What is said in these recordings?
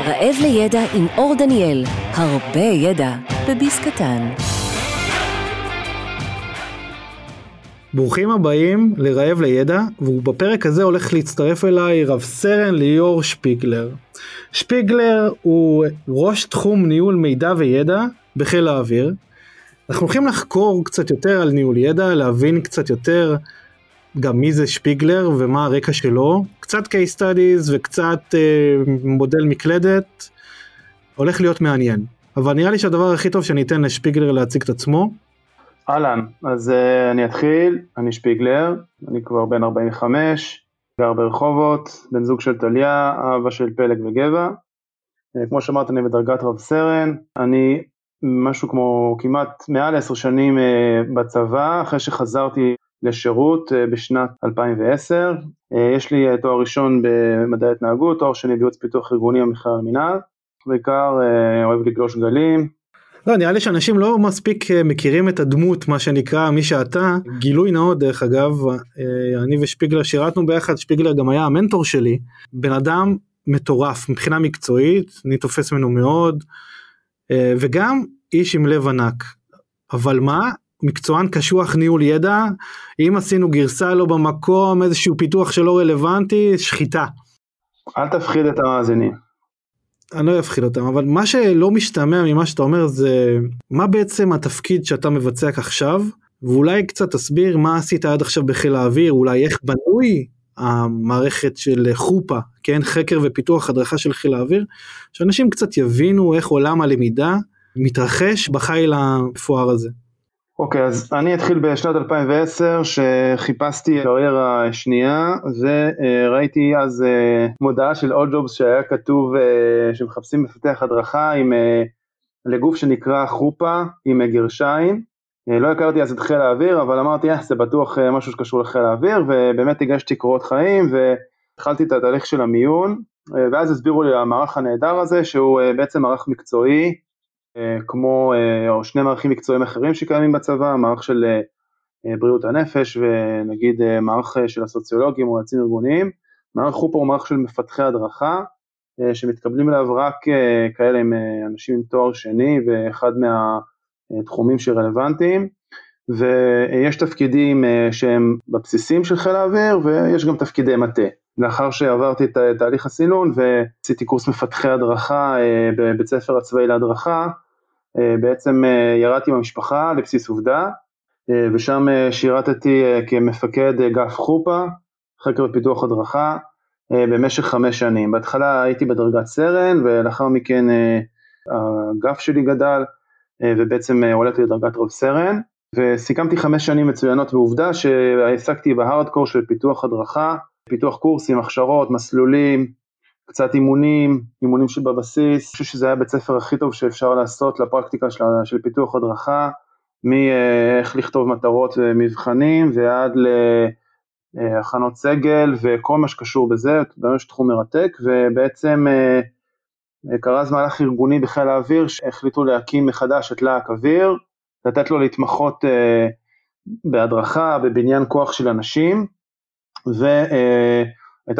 רעב לידע עם אור דניאל, הרבה ידע בביס קטן. ברוכים הבאים לרעב לידע, ובפרק הזה הולך להצטרף אליי רב סרן ליאור שפיגלר. שפיגלר הוא ראש תחום ניהול מידע וידע בחיל האוויר. אנחנו הולכים לחקור קצת יותר על ניהול ידע, להבין קצת יותר גם מי זה שפיגלר ומה הרקע שלו, קצת case studies וקצת מודל מקלדת, הולך להיות מעניין. אבל נראה לי שהדבר הכי טוב שאני אתן לשפיגלר להציג את עצמו. אהלן, אז אני אתחיל, אני שפיגלר, אני כבר בן 45, גר ברחובות, בן זוג של טליה, אבא של פלג וגבע. כמו שאמרת, אני בדרגת רב סרן, אני משהו כמו כמעט מעל 10 שנים בצבא, אחרי שחזרתי לשירות בשנת 2010. יש לי תואר ראשון במדעי התנהגות, תואר שני בייעוץ פיתוח ארגוני במכללה למינהל, בעיקר אוהב לגלוש גלים. לא, נראה לי שאנשים לא מספיק מכירים את הדמות, מה שנקרא, מי שאתה. גילוי נאות דרך אגב, אני ושפיגלר שירתנו ביחד, שפיגלר גם היה המנטור שלי, בן אדם מטורף מבחינה מקצועית, אני תופס ממנו מאוד, וגם איש עם לב ענק. אבל מה? מקצוען קשוח ניהול ידע, אם עשינו גרסה לא במקום, איזשהו פיתוח שלא רלוונטי, שחיטה. אל תפחיד את המאזינים. אני לא אפחיד אותם, אבל מה שלא משתמע ממה שאתה אומר זה, מה בעצם התפקיד שאתה מבצע עכשיו, ואולי קצת תסביר מה עשית עד עכשיו בחיל האוויר, אולי איך בנוי המערכת של חופה, כן, חקר ופיתוח הדרכה של חיל האוויר, שאנשים קצת יבינו איך עולם הלמידה מתרחש בחיל המפואר הזה. אוקיי, אז אני אתחיל בשנת 2010, שחיפשתי קריירה שנייה, וראיתי אז מודעה של All Jobs שהיה כתוב שמחפשים מפתח הדרכה לגוף שנקרא חופה עם גרשיים. לא הכרתי אז את חיל האוויר, אבל אמרתי, זה בטוח משהו שקשור לחיל האוויר, ובאמת הגשתי קורות חיים, והתחלתי את התהליך של המיון, ואז הסבירו לי המערך הנהדר הזה, שהוא בעצם מערך מקצועי, כמו או שני מערכים מקצועיים אחרים שקיימים בצבא, מערך של בריאות הנפש ונגיד מערך של הסוציולוגים או יועצים ארגוניים. מערך חופה הוא מערך של מפתחי הדרכה שמתקבלים אליו רק כאלה עם אנשים עם תואר שני ואחד מהתחומים שרלוונטיים, ויש תפקידים שהם בבסיסים של חיל האוויר ויש גם תפקידי מטה. לאחר שעברתי את תהליך הסינון ועשיתי קורס מפתחי הדרכה בבית ספר הצבאי להדרכה, בעצם ירדתי במשפחה לבסיס עובדה, ושם שירתתי כמפקד אגף חופה, חקר ופיתוח הדרכה, במשך 5 שנים. בהתחלה הייתי בדרגת סרן, ולאחר מכן האגף שלי גדל, ובעצם הולדתי לדרגת רב סרן, וסיכמתי 5 שנים מצוינות בעובדה, שהעסקתי בהארדקור של פיתוח הדרכה, פיתוח קורסים, הכשרות, מסלולים, קצת אימונים שבבסיס. אני חושב שזה היה בית ספר הכי טוב שאפשר לעשות לפרקטיקה של פיתוח הדרכה, מאיך לכתוב מטרות ומבחנים, ועד להכנות סגל, וכל מה שקשור בזה, באמת תחום מרתק, ובעצם קרה אז מהלך ארגוני בחיל האוויר, שהחליטו להקים מחדש את להק אוויר, לתת לו להתמחות בהדרכה, בבניין כוח של אנשים, הייתה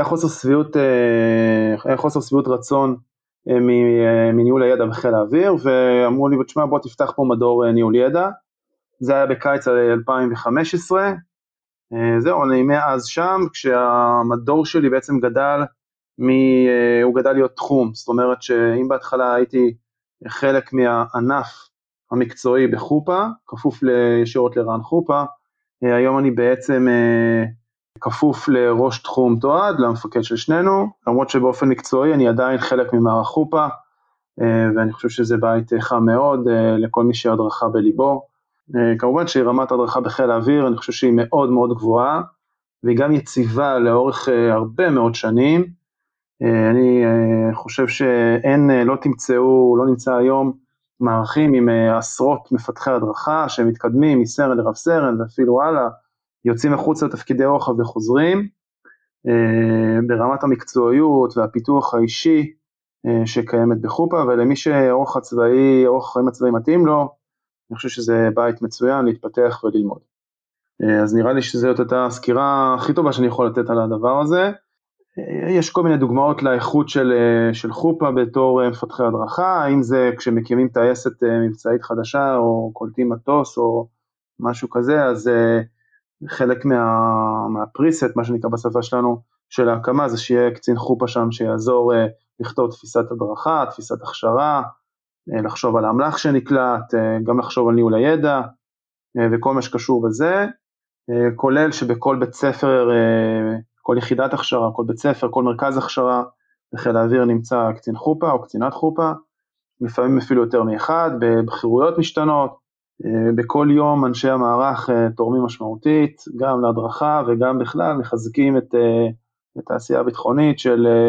חוסר שביעות רצון מניהול הידע בחיל האוויר, ואמרו לי, תשמע, בוא תפתח פה מדור ניהול ידע. זה היה בקיץ 2015, זהו, אני מאז שם, כשהמדור שלי בעצם גדל, הוא גדל להיות תחום, זאת אומרת שאם בהתחלה הייתי חלק מהענף המקצועי בחופה, כפוף ישירות לרן חופה, היום אני בעצם כפוף לראש תחום תועד, למפקד של שנינו, למרות שבאופן מקצועי אני עדיין חלק ממערך חופה, ואני חושב שזה בית חם מאוד לכל מי שהדרכה בליבו. כמובן שרמת הדרכה בחיל האוויר, אני חושב שהיא מאוד מאוד גבוהה, והיא גם יציבה לאורך הרבה מאוד שנים. אני חושב לא נמצא היום מערכים עם עשרות מפתחי הדרכה, שמתקדמים מסרן לרב סרן, ואפילו הלאה, יוצאים החוצה לתפקידי רוחב וחוזרים, ברמת המקצועיות והפיתוח האישי שקיימת בחופה, ולמי שאורח החיים הצבאי מתאים לו, אני חושב שזה בית מצוין להתפתח וללמוד. אז נראה לי שזאת הייתה הסקירה הכי טובה שאני יכול לתת על הדבר הזה. יש כל מיני דוגמאות לאיכות של חופה בתור מפתחי הדרכה, האם זה כשמקימים טייסת מבצעית חדשה, או קולטים מטוס, או משהו כזה, אז חלק מהפריסט, מה שנקרא בשפה שלנו, של ההקמה, זה שיהיה קצין חופה שם, שיעזור לכתוב תפיסת הדרכה, תפיסת הכשרה, לחשוב על האמל"ח שנקלט, גם לחשוב על ניהול הידע, וכל מה שקשור בזה, כולל שבכל בית ספר, כל יחידת הכשרה, כל בית ספר, כל מרכז הכשרה, בחיל האוויר נמצא קצין חופה או קצינת חופה, לפעמים אפילו יותר מאחד, בבחירויות משתנות, בכל יום אנשי המערך תורמים משמעותית, גם להדרכה וגם בכלל מחזקים את העשייה הביטחונית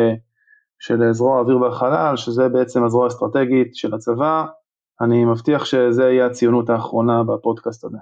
של זרוע האוויר והחלל, שזה בעצם הזרוע האסטרטגית של הצבא. אני מבטיח שזה יהיה הציונות האחרונה בפודקאסט הזה.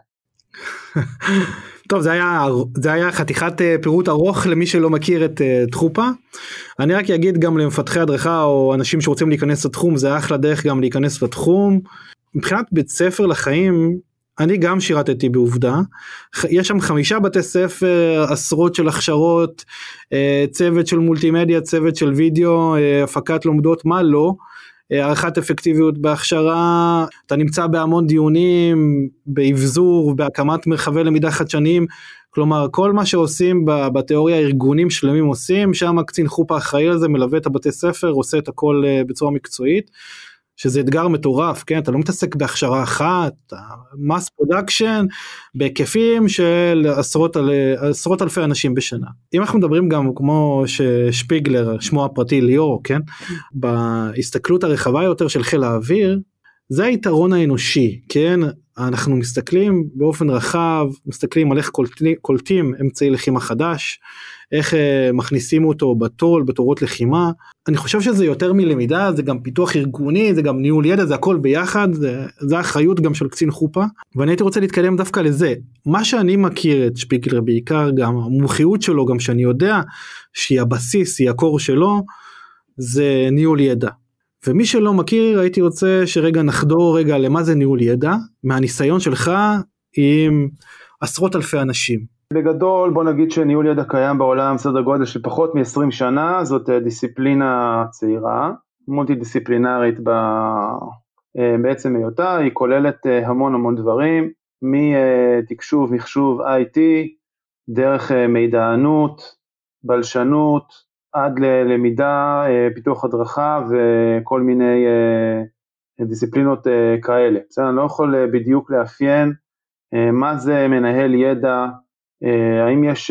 טוב, זה היה חתיכת פירוט ארוך למי שלא מכיר את חופה. אני רק אגיד גם למפתחי הדרכה או אנשים שרוצים להיכנס לתחום, זה אחלה דרך גם להיכנס לתחום. מבחינת בית ספר לחיים, אני גם שירתתי בעובדה, יש שם 5 בתי ספר, עשרות של הכשרות, צוות של מולטימדיה, צוות של וידאו, הפקת לומדות, מה לא, הערכת אפקטיביות בהכשרה, אתה נמצא בהמון דיונים, בהבזור, בהקמת מרחבי למידה חדשניים, כלומר כל מה שעושים בתיאוריה ארגונים שלמים עושים, שם קצין חופה אחראי על זה, מלווה את הבתי ספר, עושה את הכל בצורה מקצועית, שזה אתגר מטורף, כן? אתה לא מתעסק בהכשרה אחת, מס פרודקשן, בהיקפים של עשרות אלפי אנשים בשנה. אם אנחנו מדברים גם כמו ששפיגלר, שמו הפרטי ליאור, כן? בהסתכלות הרחבה יותר של חיל האוויר, זה היתרון האנושי, כן? אנחנו מסתכלים באופן רחב, מסתכלים על איך קולטים אמצעי לחימה חדש, איך מכניסים אותו בתורות לחימה. אני חושב שזה יותר מלמידה, זה גם פיתוח ארגוני, זה גם ניהול ידע, זה הכל ביחד, זה האחריות גם של קצין חופה, ואני הייתי רוצה להתקדם דווקא לזה. מה שאני מכיר את שפיגלר בעיקר, גם המומחיות שלו, גם שאני יודע שהיא הבסיס, היא הקור שלו, זה ניהול ידע. ומי שלא מכיר, הייתי רוצה שרגע נחדור רגע למה זה ניהול ידע, מהניסיון שלך עם עשרות אלפי אנשים. בגדול בוא נגיד שניהול ידע קיים בעולם סדר גודל של פחות מ-20 שנה, זאת דיסציפלינה צעירה, מולטי דיסציפלינרית בעצם היותה, היא כוללת המון דברים, מתקשוב, מחשוב, IT, דרך מידענות, בלשנות, עד ללמידה, פיתוח הדרכה וכל מיני דיסציפלינות כאלה. בסדר, אני לא יכול בדיוק לאפיין מה זה מנהל ידע, האם יש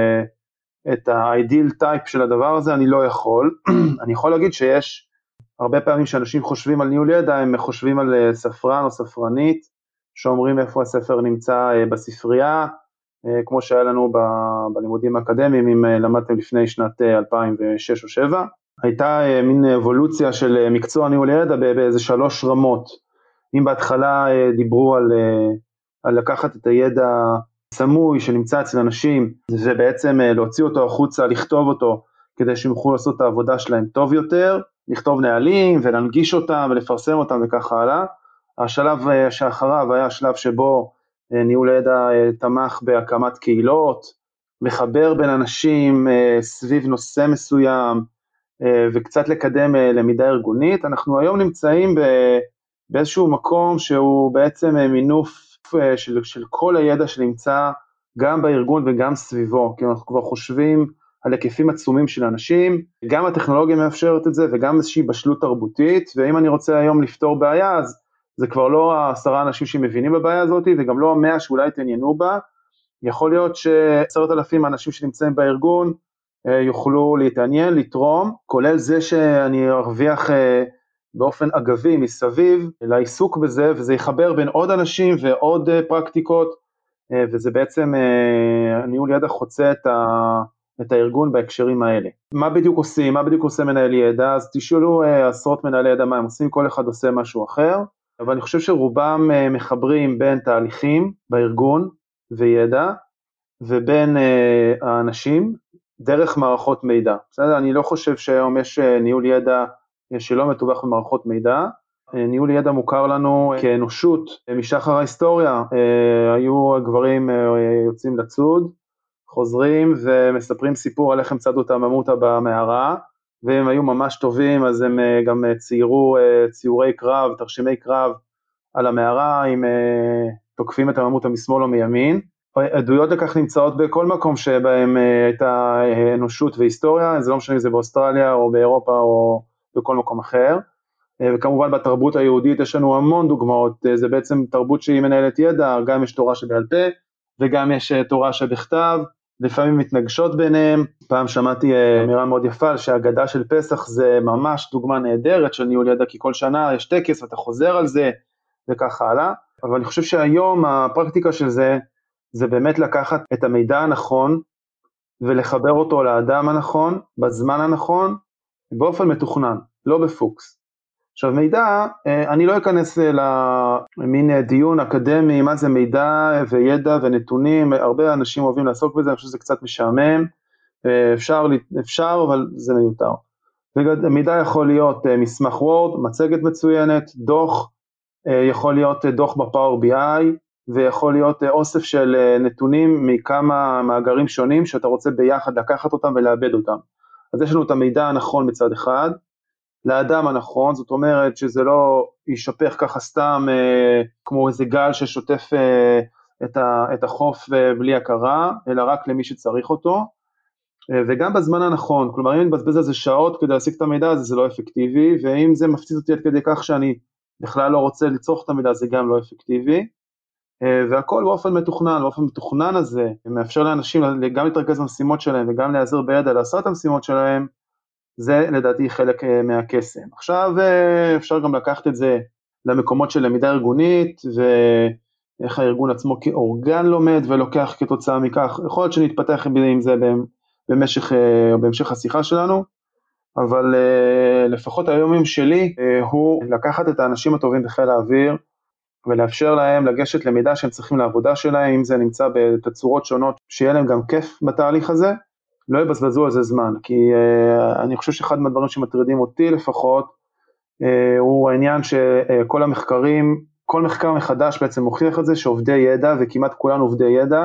את ה-ideal type של הדבר הזה, אני לא יכול. אני יכול להגיד שיש הרבה פעמים שאנשים חושבים על ניהול ידע, הם חושבים על ספרן או ספרנית, שאומרים איפה הספר נמצא בספרייה, כמו שהיה לנו בלימודים האקדמיים, אם למדתם לפני שנת 2006 או 2007, הייתה מין אבולוציה של מקצוע ניהול ידע באיזה 3 רמות. אם בהתחלה דיברו על לקחת את הידע סמוי שנמצא אצל אנשים, זה בעצם להוציא אותו החוצה, לכתוב אותו, כדי שהם יוכלו לעשות את העבודה שלהם טוב יותר, לכתוב נהלים ולהנגיש אותם ולפרסם אותם וכך הלאה. השלב שאחריו היה השלב שבו ניהול הידע תמך בהקמת קהילות, מחבר בין אנשים סביב נושא מסוים, וקצת לקדם למידה ארגונית. אנחנו היום נמצאים באיזשהו מקום שהוא בעצם מינוף של כל הידע שנמצא גם בארגון וגם סביבו, כי אנחנו כבר חושבים על היקפים עצומים של אנשים, גם הטכנולוגיה מאפשרת את זה וגם איזושהי בשלות תרבותית, ואם אני רוצה היום לפתור בעיה, אז זה כבר לא 10 אנשים שמבינים בבעיה הזאת, וגם לא 100 שאולי התעניינו בה, יכול להיות ש10,000 אנשים שנמצאים בארגון יוכלו להתעניין, לתרום, כולל זה שאני ארוויח באופן אגבי מסביב לעיסוק בזה, וזה יחבר בין עוד אנשים ועוד פרקטיקות, וזה בעצם ניהול ידע חוצה את הארגון בהקשרים האלה. מה בדיוק עושים? מה בדיוק עושה מנהל ידע? אז תשאלו עשרות מנהלי ידע מה הם עושים, כל אחד עושה משהו אחר, אבל אני חושב שרובם מחברים בין תהליכים בארגון וידע, ובין האנשים דרך מערכות מידע. בסדר? אני לא חושב שהיום יש ניהול ידע שלא מתווך במערכות מידע. ניהול ידע מוכר לנו כאנושות משחר ההיסטוריה, היו הגברים יוצאים לצוד, חוזרים ומספרים סיפור על איך הם צדו את הממותה במערה, והם היו ממש טובים, אז הם גם ציירו ציורי קרב, תרשימי קרב על המערה, עם תוקפים את הממותה משמאל או מימין. עדויות לכך נמצאות בכל מקום שבהם הייתה אנושות והיסטוריה, זה לא משנה אם זה באוסטרליה או באירופה או בכל מקום אחר, וכמובן בתרבות היהודית יש לנו המון דוגמאות, זה בעצם תרבות שהיא מנהלת ידע, גם יש תורה שבעל פה, וגם יש תורה שבכתב, לפעמים מתנגשות ביניהם. פעם שמעתי אמירה מאוד יפה, שהאגדה של פסח זה ממש דוגמה נהדרת של ניהול ידע, כי כל שנה יש טקס ואתה חוזר על זה, וכך הלאה. אבל אני חושב שהיום הפרקטיקה של זה, זה באמת לקחת את המידע הנכון, ולחבר אותו לאדם הנכון, בזמן הנכון, באופן מתוכנן, לא בפוקס. עכשיו מידע, אני לא אכנס למין דיון אקדמי, מה זה מידע וידע ונתונים, הרבה אנשים אוהבים לעסוק בזה, אני חושב שזה קצת משעמם, אפשר אבל זה מיותר. מידע יכול להיות מסמך וורד, מצגת מצוינת, דוח, יכול להיות דוח בפאוור BI, ויכול להיות אוסף של נתונים מכמה מאגרים שונים, שאתה רוצה ביחד לקחת אותם ולאבד אותם. אז יש לנו את המידע הנכון בצד אחד, לאדם הנכון, זאת אומרת שזה לא יישפך ככה סתם כמו איזה גל ששוטף את החוף בלי הכרה, אלא רק למי שצריך אותו, וגם בזמן הנכון, כלומר אם נבזבז על זה שעות כדי להשיג את המידע הזה, זה לא אפקטיבי, ואם זה מפציץ אותי עד כדי כך שאני בכלל לא רוצה לצרוך את המידע, זה גם לא אפקטיבי, והכל באופן מתוכנן הזה, מאפשר לאנשים גם להתרכז במשימות שלהם, וגם להיעזר בידע לעשות את המשימות שלהם, זה לדעתי חלק מהקסם. עכשיו אפשר גם לקחת את זה למקומות של למידה ארגונית, ואיך הארגון עצמו כאורגן לומד ולוקח כתוצאה מכך, יכול להיות שנתפתח עם זה בהמשך השיחה שלנו, אבל לפחות היומים שלי הוא לקחת את האנשים הטובים בחיל האוויר, ולאפשר להם לגשת למידע שהם צריכים לעבודה שלהם, אם זה נמצא בתצורות שונות, שיהיה להם גם כיף בתהליך הזה, לא יבזבזו על זה זמן, כי אני חושב שאחד מהדברים שמטרידים אותי לפחות, הוא העניין שכל המחקרים, כל מחקר מחדש בעצם מוכיח את זה, שעובדי ידע, וכמעט כולנו עובדי ידע,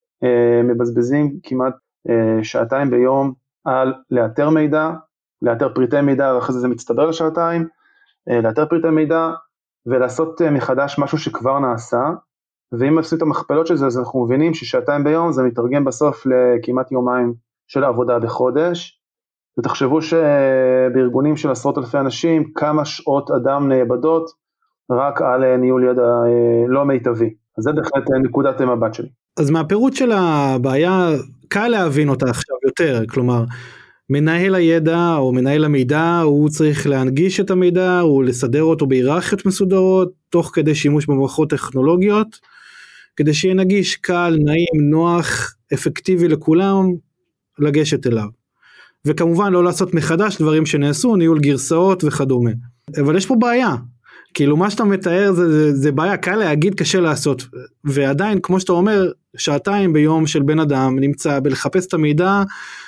מבזבזים כמעט שעתיים ביום, על לאתר מידע, לאתר פריטי מידע, ואחרי זה מצטבר לשעתיים, לאתר פריטי מידע, ולעשות מחדש משהו שכבר נעשה, ואם עושים את המכפלות של זה, אז אנחנו מבינים ששעתיים ביום, זה מתרגם בסוף לכמעט יומיים של העבודה בחודש, ותחשבו שבארגונים של עשרות אלפי אנשים, כמה שעות אדם נאבדות, רק על ניהול ידע לא מיטבי. אז זה בהחלט נקודת המבט שלי. אז מהפירוט של הבעיה, קל להבין אותה עכשיו יותר, כלומר, מנהל הידע או מנהל המידע, הוא צריך להנגיש את המידע, הוא לסדר אותו בהיררכיות מסודרות, תוך כדי שימוש במערכות טכנולוגיות, כדי שיהיה נגיש, קל, נעים, נוח, אפקטיבי לכולם, לגשת אליו. וכמובן לא לעשות מחדש דברים שנעשו, ניהול גרסאות וכדומה. אבל יש פה בעיה, כאילו מה שאתה מתאר זה בעיה, קל להגיד, קשה לעשות, ועדיין כמו שאתה אומר, שעתיים ביום של בן אדם נמצא בלחפש את המידע,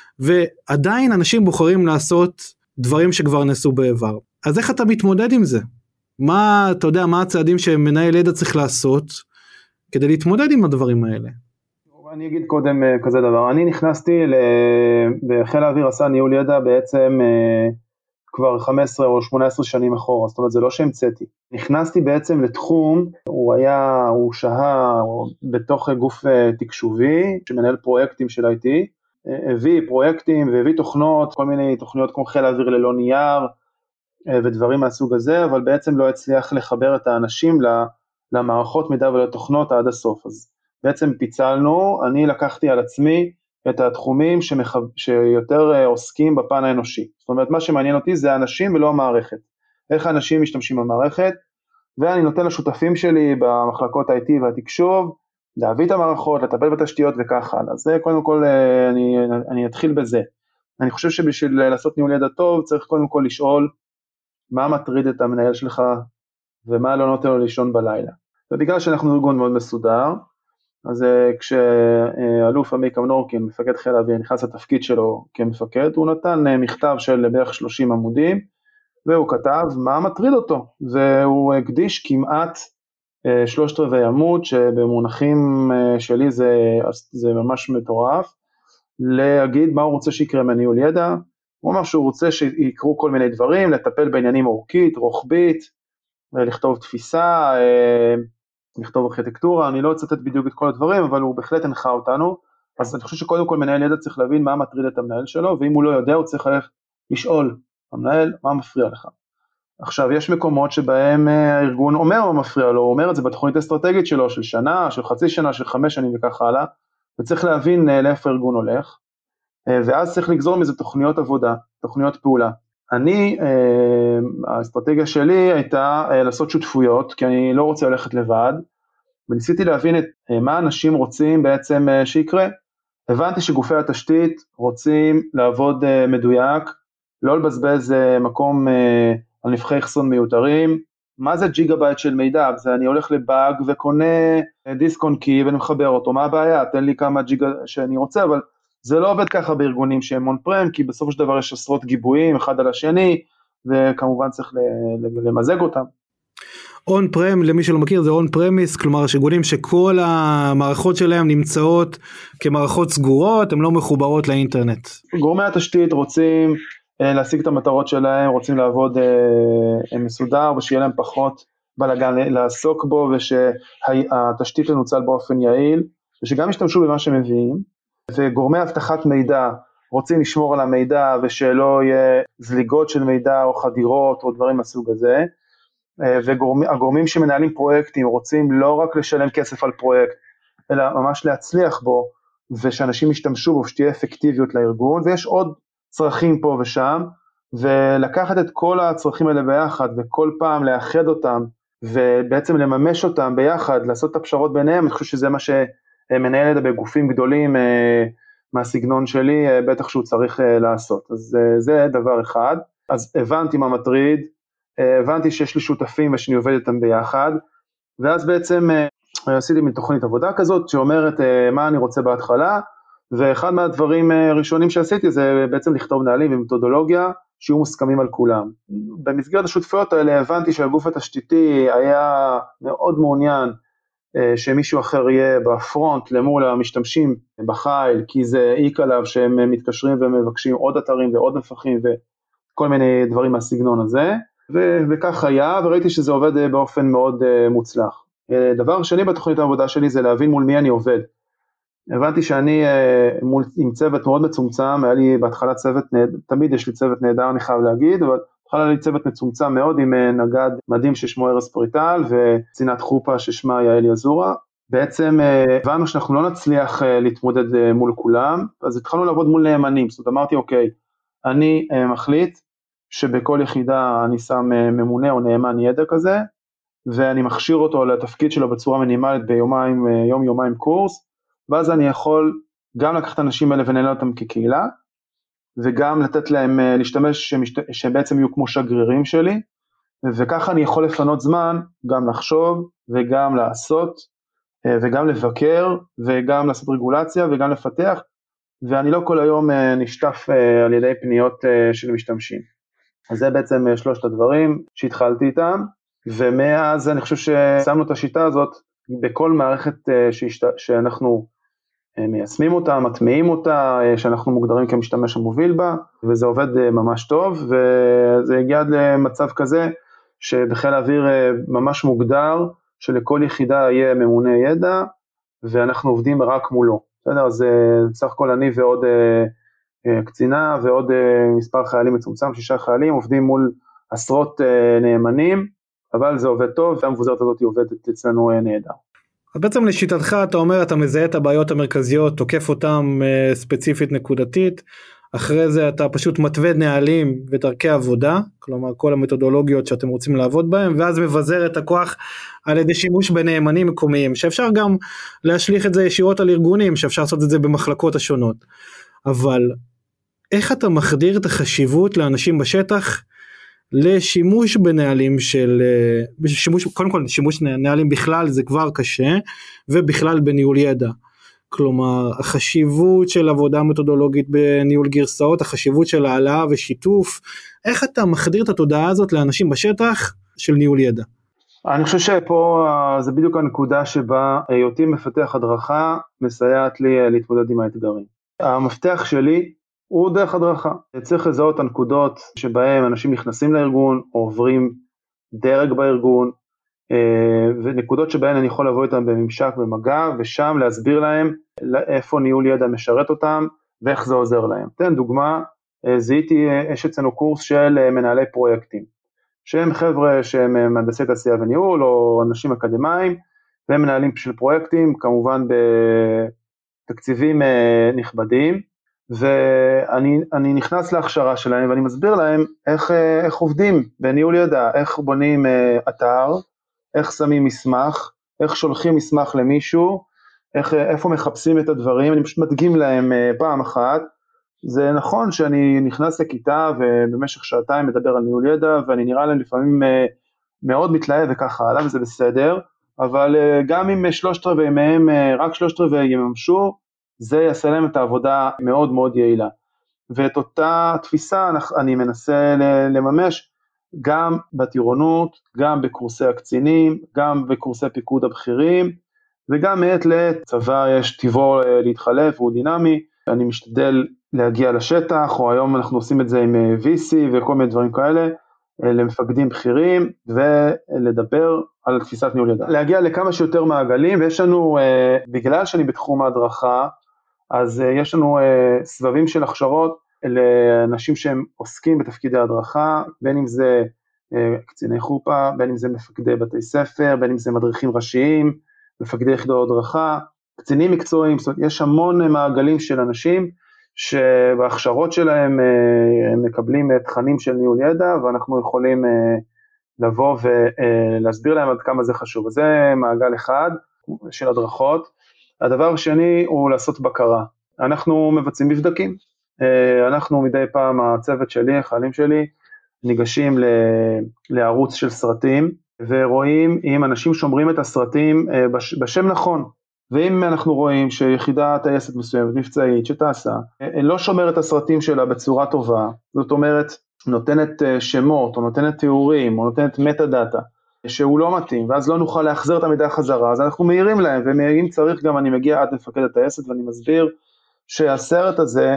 ועדיין אנשים בוחרים לעשות דברים שכבר נעשו בעבר. אז איך אתה מתמודד עם זה? אתה יודע, מה הצעדים שמנהל ידע צריך לעשות, כדי להתמודד עם הדברים האלה? אני אגיד קודם כזה דבר, אני נכנסתי בחיל האוויר עשה ניהול ידע בעצם כבר 15 או 18 שנים אחורה, זאת אומרת זה לא שהמצאתי, נכנסתי בעצם לתחום, הוא שהה בתוך גוף תקשובי, שמנהל פרויקטים של IT, הביא פרויקטים והביא תוכנות, כל מיני תוכניות כמו חיל האוויר ללא נייר, ודברים מהסוג הזה, אבל בעצם לא הצליח לחבר את האנשים למערכות מידע ולתוכנות עד הסוף, אז בעצם פיצלנו, אני לקחתי על עצמי את התחומים שיותר עוסקים בפן האנושי. זאת אומרת, מה שמעניין אותי זה האנשים ולא המערכת. איך האנשים משתמשים במערכת, ואני נותן לשותפים שלי במחלקות IT והתקשוב, להביא את המערכות, לטפל בתשתיות וכך הלאה. אז קודם כל אני אתחיל בזה. אני חושב שבשביל לעשות ניהול ידע טוב, צריך קודם כל לשאול מה מטריד את המנהל שלך, ומה לא נותן לו לישון בלילה. ובגלל שאנחנו ארגון מאוד מסודר, אז כשאלוף עמיקם נורקין, מפקד חיל האוויר, נכנס לתפקיד שלו כמפקד, הוא נתן מכתב של בערך 30 עמודים, והוא כתב מה מטריד אותו, והוא הקדיש כמעט 3/4 עמוד, שבמונחים שלי זה ממש מטורף, להגיד מה הוא רוצה שיקרה מניהול ידע. הוא אמר שהוא רוצה שיקרו כל מיני דברים, לטפל בעניינים אורכית, רוחבית, לכתוב תפיסה, לכתוב ארכיטקטורה, אני לא אצטט בדיוק את כל הדברים, אבל הוא בהחלט הנחה אותנו. אז אני חושב שקודם כל מנהל ידע צריך להבין מה מטריד את המנהל שלו, ואם הוא לא יודע הוא צריך ללכת לשאול, המנהל, מה מפריע לך? עכשיו, יש מקומות שבהם הארגון אומר מה מפריע לו, הוא אומר את זה בתוכנית אסטרטגית שלו, של שנה, של חצי שנה, של 5 שנים וכך הלאה, וצריך להבין לאיפה הארגון הולך, ואז צריך לגזור מזה תוכניות עבודה, תוכניות פעולה. האסטרטגיה שלי הייתה לעשות שותפויות, כי אני לא רוצה ללכת לבד, וניסיתי להבין מה אנשים רוצים בעצם שיקרה. הבנתי שגופי התשתית רוצים לעבוד מדויק, לא לבזבז מקום על נפחי אחסון מיותרים. מה זה ג'יגה בייט של מידע? זה אני הולך לבאג וקונה דיסק און קי ואני מחבר אותו, מה הבעיה? תן לי כמה ג'יגה שאני רוצה, אבל זה לא עובד ככה בארגונים שהם און פרם, כי בסופו של דבר יש עשרות גיבויים אחד על השני, וכמובן צריך למזג אותם. און פרם, למי שלא מכיר, זה און פרמיס, כלומר ארגונים שכל המערכות שלהם נמצאות כמערכות סגורות, הן לא מחוברות לאינטרנט. גורמי התשתית רוצים להשיג את המטרות שלהם, רוצים לעבוד מסודר, ושיהיה להם פחות בלגן לעסוק בו, ושהתשתית תנוצל באופן יעיל, ושגם ישתמשו במה שמביאים, וגורמי הבטחת מידע רוצים לשמור על המידע, ושלא יהיה זליגות של מידע, או חדירות, או דברים מהסוג הזה, והגורמים שמנהלים פרויקטים, רוצים לא רק לשלם כסף על פרויקט, אלא ממש להצליח בו, ושאנשים ישתמשו בו, שתהיה אפקטיביות לארגון, ויש עוד צרכים פה ושם, ולקחת את כל הצרכים האלה ביחד, וכל פעם לאחד אותם, ובעצם לממש אותם ביחד, לעשות את הפשרות ביניהם. אני חושב שזה מה שמנהל ידע בגופים גדולים, מהסגנון שלי, בטח שהוא צריך לעשות. אז זה דבר אחד. אז הבנתי מה מטריד, הבנתי שיש לי שותפים ושאני עובד איתם ביחד, ואז בעצם עשיתי מתוכנית עבודה כזאת, שאומרת מה אני רוצה בהתחלה, ואחד מהדברים הראשונים שעשיתי זה בעצם לכתוב נהלים ומתודולוגיה שיהיו מוסכמים על כולם. במסגרת השותפויות האלה הבנתי שהגוף התשתיתי היה מאוד מעוניין שמישהו אחר יהיה בפרונט למול המשתמשים בחייל, כי זה עיק עליו שהם מתקשרים ומבקשים עוד אתרים ועוד נפחים וכל מיני דברים מהסגנון הזה, וכך היה, וראיתי שזה עובד באופן מאוד מוצלח. דבר שני בתוכנית העבודה שלי זה להבין מול מי אני עובד. הבנתי שאני עם צוות מאוד מצומצם, היה לי בהתחלה צוות, תמיד יש לי צוות נהדר אני חייב להגיד, אבל התחלה לי צוות מצומצם מאוד עם נגד מדהים ששמו ארז פריטל, וקצינת חופה ששמה יעל יזורה. בעצם הבנו שאנחנו לא נצליח להתמודד מול כולם, אז התחלנו לעבוד מול נאמנים. זאת אומרת, אמרתי אוקיי, אני מחליט שבכל יחידה אני שם ממונה או נאמן ידע כזה, ואני מכשיר אותו לתפקיד שלו בצורה מינימלית יומיים קורס, ואז אני יכול גם לקחת את האנשים האלה ונהל אותם כקהילה, וגם לתת להם להשתמש שבעצם יהיו כמו שגרירים שלי, וככה אני יכול לפנות זמן, גם לחשוב וגם לעשות, וגם לבקר, וגם לעשות רגולציה וגם לפתח, ואני לא כל היום נשטף על ידי פניות של משתמשים. אז זה בעצם 3 הדברים שהתחלתי איתם, ומאז אני חושב ששמנו את השיטה הזאת בכל מערכת שאנחנו מיישמים אותה, מטמיעים אותה, שאנחנו מוגדרים כמשתמש המוביל בה, וזה עובד ממש טוב, וזה הגיע עד למצב כזה, שבחיל האוויר ממש מוגדר, שלכל יחידה יהיה ממונה ידע, ואנחנו עובדים רק מולו. בסדר? אז בסך הכל אני ועוד קצינה, ועוד מספר חיילים מצומצם, 6 חיילים, עובדים מול עשרות נאמנים, אבל זה עובד טוב, והמבוזרת הזאת היא עובדת אצלנו נהדר. אז בעצם לשיטתך אתה אומר, אתה מזהה את הבעיות המרכזיות, תוקף אותם ספציפית נקודתית, אחרי זה אתה פשוט מתווה נהלים ודרכי עבודה, כלומר כל המתודולוגיות שאתם רוצים לעבוד בהם, ואז מבזר את הכוח על ידי שימוש בנאמנים מקומיים, שאפשר גם להשליך את זה ישירות על ארגונים, שאפשר לעשות את זה במחלקות השונות, אבל איך אתה מחדיר את החשיבות לאנשים בשטח, לשימוש בנהלים קודם כל שימוש נהלים בכלל זה כבר קשה, ובכלל בניהול ידע, כלומר החשיבות של עבודה מתודולוגית בניהול גרסאות, החשיבות של העלאה ושיתוף, איך אתה מחדיר את התודעה הזאת לאנשים בשטח של ניהול ידע? אני חושב שפה זה בדיוק הנקודה שבה היותי מפתח הדרכה מסייעת לי להתמודד עם האתגרים. המפתח שלי הוא דרך הדרכה. צריך לזהות הנקודות שבהם אנשים נכנסים לארגון, או עוברים דרג בארגון, ונקודות שבהן אני יכול לבוא איתם בממשק במגע, ושם להסביר להם איפה ניהול ידע משרת אותם, ואיך זה עוזר להם. תן דוגמה, זיהיתי, יש אצלנו קורס של מנהלי פרויקטים, שהם חבר'ה שהם מהנדסי תעשייה וניהול, או אנשים אקדמיים, והם מנהלים של פרויקטים, כמובן בתקציבים נכבדים, ואני נכנס להכשרה שלהם, ואני מסביר להם איך עובדים בניהול ידע, איך בונים אתר, איך שמים מסמך, איך שולחים מסמך למישהו, איפה מחפשים את הדברים, אני פשוט מדגים להם פעם אחת. זה נכון שאני נכנס לכיתה ובמשך שעתיים מדבר על ניהול ידע, ואני נראה להם לפעמים מאוד מתלהב וככה הלאה, וזה בסדר, אבל גם אם רק 3/4 יממשו, זה יעשה להם את העבודה מאוד מאוד יעילה. ואת אותה תפיסה אני מנסה לממש גם בטירונות, גם בקורסי הקצינים, גם בקורסי פיקוד הבכירים, וגם מעת לעת צבא יש טבעו להתחלף, הוא דינמי, אני משתדל להגיע לשטח, או היום אנחנו עושים את זה עם VC וכל מיני דברים כאלה, למפקדים בכירים, ולדבר על תפיסת ניהול ידע. להגיע לכמה שיותר מעגלים, ויש לנו, בגלל שאני בתחום ההדרכה, אז יש לנו סבבים של הכשרות, לאנשים שהם עוסקים בתפקידי הדרכה, בין אם זה קציני חופה, בין אם זה מפקדי בתי ספר, בין אם זה מדריכים ראשיים, מפקדי יחידות הדרכה, קצינים מקצועיים, זאת אומרת, יש המון מעגלים של אנשים, שבהכשרות שלהם הם מקבלים תכנים של ניהול ידע, ואנחנו יכולים לבוא ולהסביר להם עד כמה זה חשוב. זה מעגל אחד של הדרכות. הדבר השני הוא לעשות בקרה. אנחנו מבצעים מבדקים. אנחנו מדי פעם, הצוות שלי, החיילים שלי, ניגשים לערוץ של סרטים, ורואים אם אנשים שומרים את הסרטים בשם נכון. ואם אנחנו רואים שיחידה טייסת מסוימת, מבצעית, שתעשה, לא שומר את הסרטים שלה בצורה טובה, זאת אומרת, נותנת שמות, או נותנת תיאורים, או נותנת מטה דאטה, שהוא לא מתאים, ואז לא נוכל להחזיר את המידע חזרה, אז אנחנו מהירים להם, ומהירים צריך גם, אני מגיע עד מפקד הטייסת, ואני מסביר שהסרט הזה,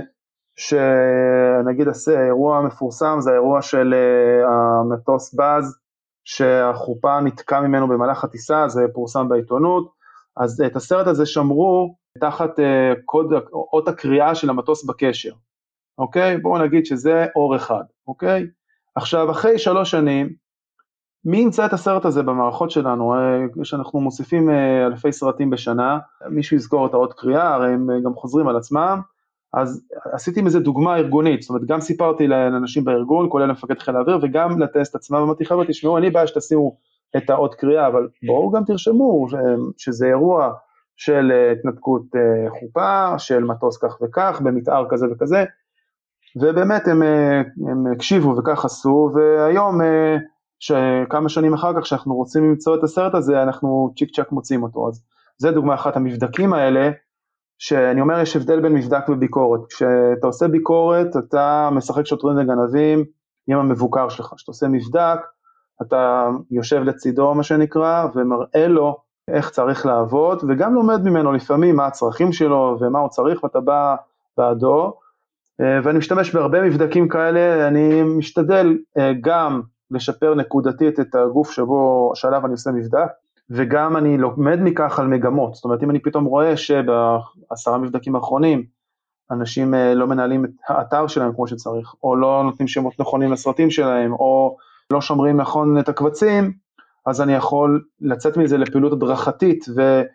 שנגיד האירוע המפורסם, זה האירוע של המטוס באז, שהחופה נתקע ממנו במהלך הטיסה, זה פורסם בעיתונות, אז את הסרט הזה שמרו תחת קוד, אות הקריאה של המטוס בקשר, אוקיי? בואו נגיד שזה אור אחד, אוקיי? עכשיו, אחרי 3 שנים, מי ימצא את הסרט הזה במערכות שלנו? שאנחנו מוסיפים אלפי סרטים בשנה, מישהו יזכור את האות קריאה, הרי הם גם חוזרים על עצמם, אז עשיתי מזה דוגמה ארגונית, זאת אומרת, גם סיפרתי לאנשים בארגון, כולל למפקד חיל האוויר, וגם לטסט עצמם, ואמרתי, חבר'ה, תשמעו, אני בעיה שתשימו את האות קריאה, אבל בואו גם תרשמו שזה אירוע של התנתקות חופה, של מטוס כך וכך, במתאר כזה וכזה, ובאמת הם הקשיבו וכך עשו, והיום, כמה שנים אחר כך, שאנחנו רוצים למצוא את הסרט הזה, אנחנו צ'יק צ'ק מוצאים אותו. אז זה דוגמה אחת, המבדקים האלה, שאני אומר, יש הבדל בין מבדק וביקורת. כשאתה עושה ביקורת, אתה משחק שוטרים וגנבים עם המבוקר שלך. כשאתה עושה מבדק, אתה יושב לצידו, מה שנקרא, ומראה לו איך צריך לעבוד, וגם לומד ממנו לפעמים מה הצרכים שלו, ומה הוא צריך, ואתה בא בעדו, ואני משתמש בהרבה מבדקים כאלה, אני משתדל גם לשפר נקודתית את הגוף שעליו אני עושה מבדק, וגם אני לומד מכך על מגמות, זאת אומרת, אם אני פתאום רואה שב10 מבדקים האחרונים, אנשים לא מנהלים את האתר שלהם כמו שצריך, או לא נותנים שמות נכונים לסרטים שלהם, או לא שומרים נכון את הקבצים, אז אני יכול לצאת מזה לפעילות הדרכתית,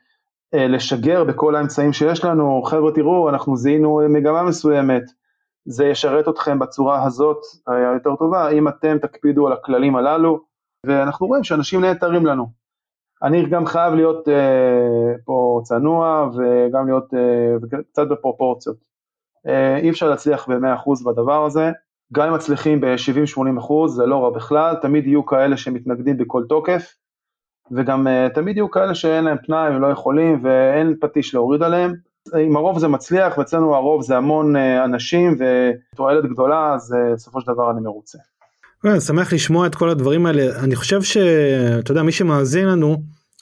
ולשגר בכל האמצעים שיש לנו, חבר'ה תראו, אנחנו זיהינו מגמה מסוימת, זה ישרת אתכם בצורה הזאת היותר טובה, אם אתם תקפידו על הכללים הללו, ואנחנו רואים שאנשים נעתרים לנו. אני גם חייב להיות פה צנוע, וגם להיות קצת בפרופורציות. אי אפשר להצליח ב100% בדבר הזה, גם אם מצליחים ב70-80%, זה לא רע בכלל, תמיד יהיו כאלה שמתנגדים בכל תוקף, וגם תמיד יהיו כאלה שאין להם פנאי, הם לא יכולים, ואין פטיש להוריד עליהם. עם הרוב זה מצליח, ואצלנו הרוב זה המון אנשים, ותועלת גדולה, אז בסופו של דבר אני מרוצה. אני שמח לשמוע את כל הדברים האלה, אני חושב שאתה יודע, מי שמאזין לנו,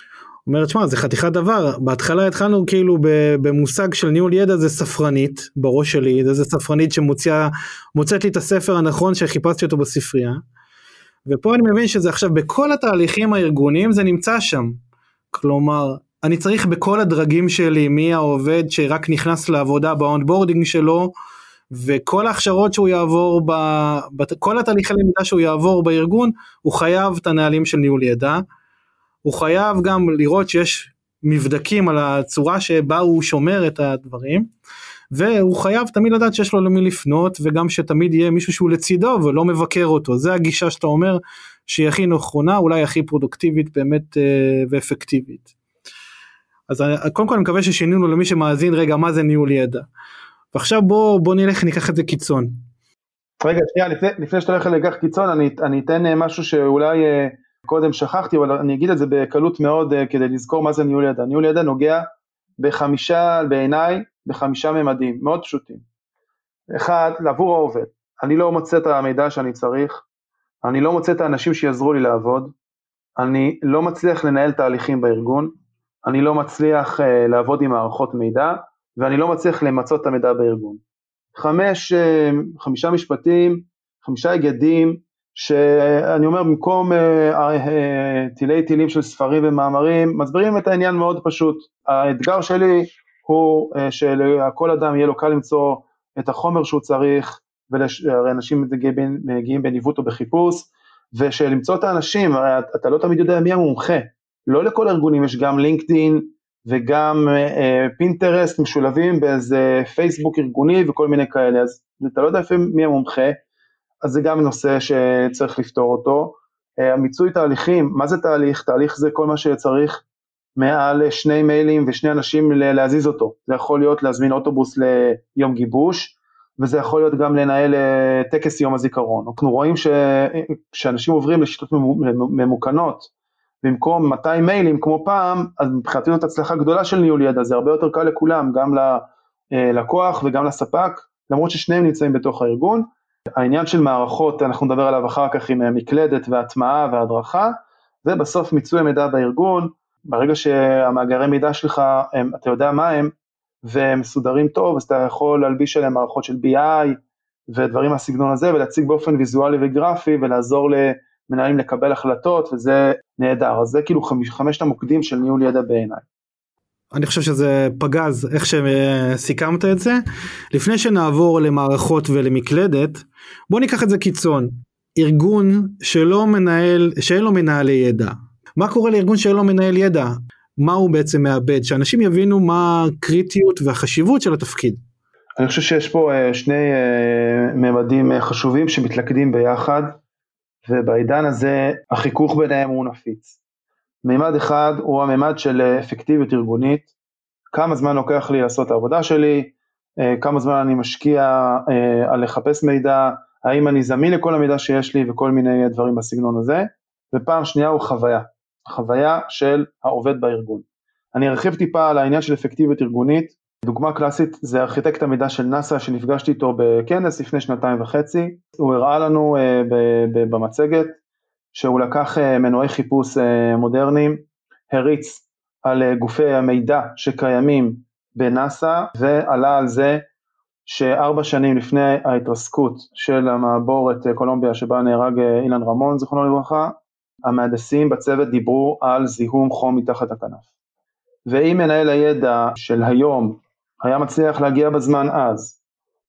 אומרת, שמה, זה חתיכת דבר, בהתחלה התחלנו כאילו במושג של ניהול ידע, זה ספרנית, בראש שלי, זה ספרנית שמוצאת לי את הספר הנכון שחיפשתי אותו בספרייה, ופה אני מבין שזה עכשיו בכל התהליכים הארגוניים זה נמצא שם, כלומר, אני צריך בכל הדרגים שלי, מי העובד שרק נכנס לעבודה באונבורדינג שלו, וכל ההכשרות שהוא יעבור, כל התהליכי למידה שהוא יעבור בארגון, הוא חייב את הנהלים של ניהול ידע, הוא חייב גם לראות שיש מבדקים על הצורה שבה הוא שומר את הדברים, והוא חייב תמיד לדעת שיש לו למי לפנות, וגם שתמיד יהיה מישהו שהוא לצידו ולא מבקר אותו, זה הגישה שאתה אומר שהיא הכי נכונה, אולי הכי פרודוקטיבית באמת ואפקטיבית. אז קודם כל אני מקווה ששינינו למי שמאזין רגע מה זה ניהול ידע, ועכשיו בוא ניקח את זה קיצון. רגע, שנייה, לפני שאתה הולך לקח קיצון, אני אתן משהו שאולי קודם שכחתי, אבל אני אגיד את זה בקלות מאוד כדי לזכור מה זה ניהול ידע. ניהול ידע נוגע בעיניי, בחמישה ממדים, מאוד פשוטים. אחד, לעבור העובד. אני לא מוצא את המידע שאני צריך, אני לא מוצא את האנשים שיעזרו לי לעבוד, אני לא מצליח לנהל תהליכים בארגון, אני לא מצליח לעבוד עם מערכות מידע, ואני לא מצליח למצות את המידע בארגון. חמישה משפטים, 5 יגדים, שאני אומר במקום טילים של ספרים ומאמרים, מסבירים את העניין מאוד פשוט. האתגר שלי הוא שלכל אדם יהיה לו קל למצוא את החומר שהוא צריך, והרי אנשים מגיעים בניווט או בחיפוש, ושלמצוא את האנשים, אתה לא תמיד יודע מי המומחה, לא לכל ארגונים יש גם לינקדין, וגם פינטרסט משולבים באיזה פייסבוק ארגוני וכל מיני כאלה, אז אתה לא יודע מי המומחה, אז זה גם נושא שצריך לפתור אותו. המיצוי תהליכים, מה זה תהליך? תהליך זה כל מה שצריך מעל 2 מיילים ו2 אנשים להזיז אותו, זה יכול להיות להזמין אוטובוס ליום גיבוש, וזה יכול להיות גם לנהל טקס יום הזיכרון. אנחנו רואים שאנשים עוברים לשיטות ממוכנות, במקום 200 מיילים כמו פעם, אז מבחינתנו את הצלחה גדולה של ניהול ידע, זה הרבה יותר קל לכולם, גם ללקוח וגם לספק, למרות ששניהם נמצאים בתוך הארגון. העניין של מערכות, אנחנו נדבר עליו אחר כך עם מקלדת והטמעה והדרכה, ובסוף מיצוי המידע בארגון, ברגע שהמאגרי מידע שלך, אתה יודע מה הם, והם מסודרים טוב, אז אתה יכול להלביש עליהם מערכות של BI, ודברים מהסגנון הזה, ולהציג באופן ויזואלי וגרפי, ולעזור למנהלים לקבל החלטות, וזה נהדר. אז זה כאילו 5 המוקדים של ניהול ידע בעיניי. אני חושב שזה פגז, איך שסיכמת את זה. לפני שנעבור למערכות ולמקלדת, בוא ניקח את זה קיצון. ארגון שאין לו מנהלי ידע. מה קורה לארגון שאין לו מנהל ידע? מה הוא בעצם מאבד? שאנשים יבינו מה הקריטיות והחשיבות של התפקיד. אני חושב שיש פה 2 ממדים חשובים שמתלכדים ביחד, ובעידן הזה החיכוך ביניהם הוא נפיץ. מימד אחד הוא הממד של אפקטיביות ארגונית, כמה זמן לוקח לי לעשות את העבודה שלי, כמה זמן אני משקיע על לחפש מידע, האם אני זמין לכל המידע שיש לי וכל מיני דברים בסגנון הזה, ופעם שנייה הוא חוויה של העובד בארגון. אני ארחיב טיפה על העניין של אפקטיביות ארגונית, דוגמה קלאסית זה ארכיטקט המידע של נאסא שנפגשתי איתו בכנס לפני 2.5 שנתיים, הוא הראה לנו במצגת, שהוא לקח מנועי חיפוש מודרניים, הריץ על גופי המידע שקיימים בנאסא, ועלה על זה ש4 שנים לפני ההתרסקות של המעבורת קולומביה שבה נהרג אילן רמון, זכרונו לברכה, המהנדסים בצוות דיברו על זיהום חום מתחת הכנף. ואם מנהל הידע של היום היה מצליח להגיע בזמן אז,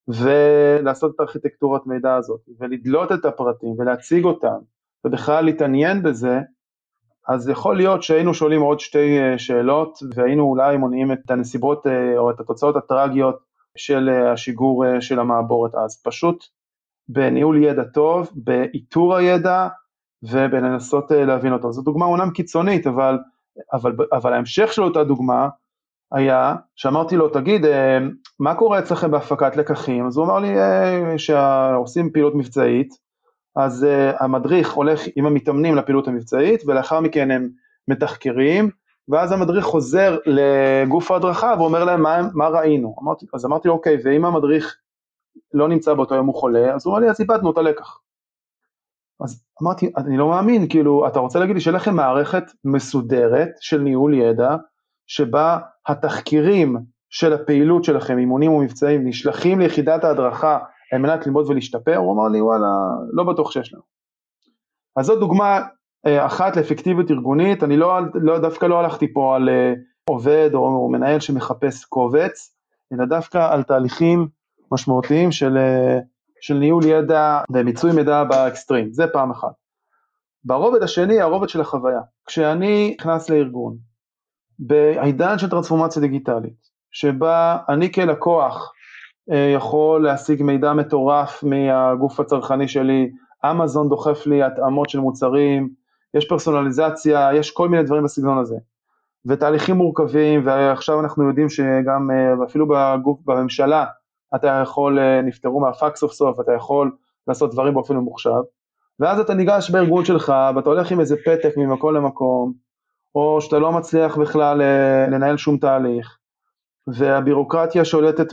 ולעשות את הארכיטקטורת מידע הזאת, ולדלות את הפרטים ולהציג אותם, ובכלל להתעניין בזה, אז יכול להיות שהיינו שואלים עוד 2 שאלות, והיינו אולי מונעים את הנסיבות או את התוצאות הטרגיות של השיגור של המעבורת אז. פשוט בניהול ידע טוב, באיתור הידע, ובלנסות להבין אותו. זו דוגמה אומנם קיצונית, אבל ההמשך של אותה דוגמה, היה שאמרתי לו, תגיד, מה קורה אצלכם בהפקת לקחים? אז הוא אמר לי שעושים פעילות מבצעית, אז המדריך הולך עם המתאמנים לפעילות המבצעית, ולאחר מכן הם מתחקרים, ואז המדריך חוזר לגוף ההדרכה, ואומר להם מה ראינו. אז אמרתי לו, אוקיי, ואם המדריך לא נמצא באותו יום הוא חולה, אז הוא אמר לי, אז איבדנו את הלקח. אז אמרתי, אני לא מאמין, כאילו, אתה רוצה להגיד לי שלכם מערכת מסודרת של ניהול ידע, שבה התחקירים של הפעילות שלכם, אימונים ומבצעים, נשלחים ליחידת ההדרכה, על מנת ללמוד ולהשתפר? הוא אמר לי, וואלה, לא בטוח שיש לנו. אז זו דוגמה אחת לאפקטיביות ארגונית. אני דווקא לא הלכתי פה על עובד או מנהל שמחפש קובץ, אלא דווקא על תהליכים משמעותיים של ניהול ידע ומיצוי מידע באקסטרים. זה פעם אחת. ברובד השני, הרובד של החוויה. כשאני נכנס לארגון, בעידן של טרנספורמציה דיגיטלית, שבה אני כלקוח יכול להשיג מידע מטורף מהגוף הצרכני שלי, אמזון דוחף לי התאמות של מוצרים, יש פרסונליזציה, יש כל מיני דברים בסגנון הזה, ותהליכים מורכבים, ועכשיו אנחנו יודעים שגם אפילו בגוף, בממשלה, אתה יכול, נפטרו מהפקס סוף סוף, אתה יכול לעשות דברים באופן ממוחשב, ואז אתה ניגש בארגון שלך, ואתה הולך עם איזה פתק ממקום למקום, או שאתה לא מצליח בכלל לנהל שום תהליך, והבירוקרטיה שולטת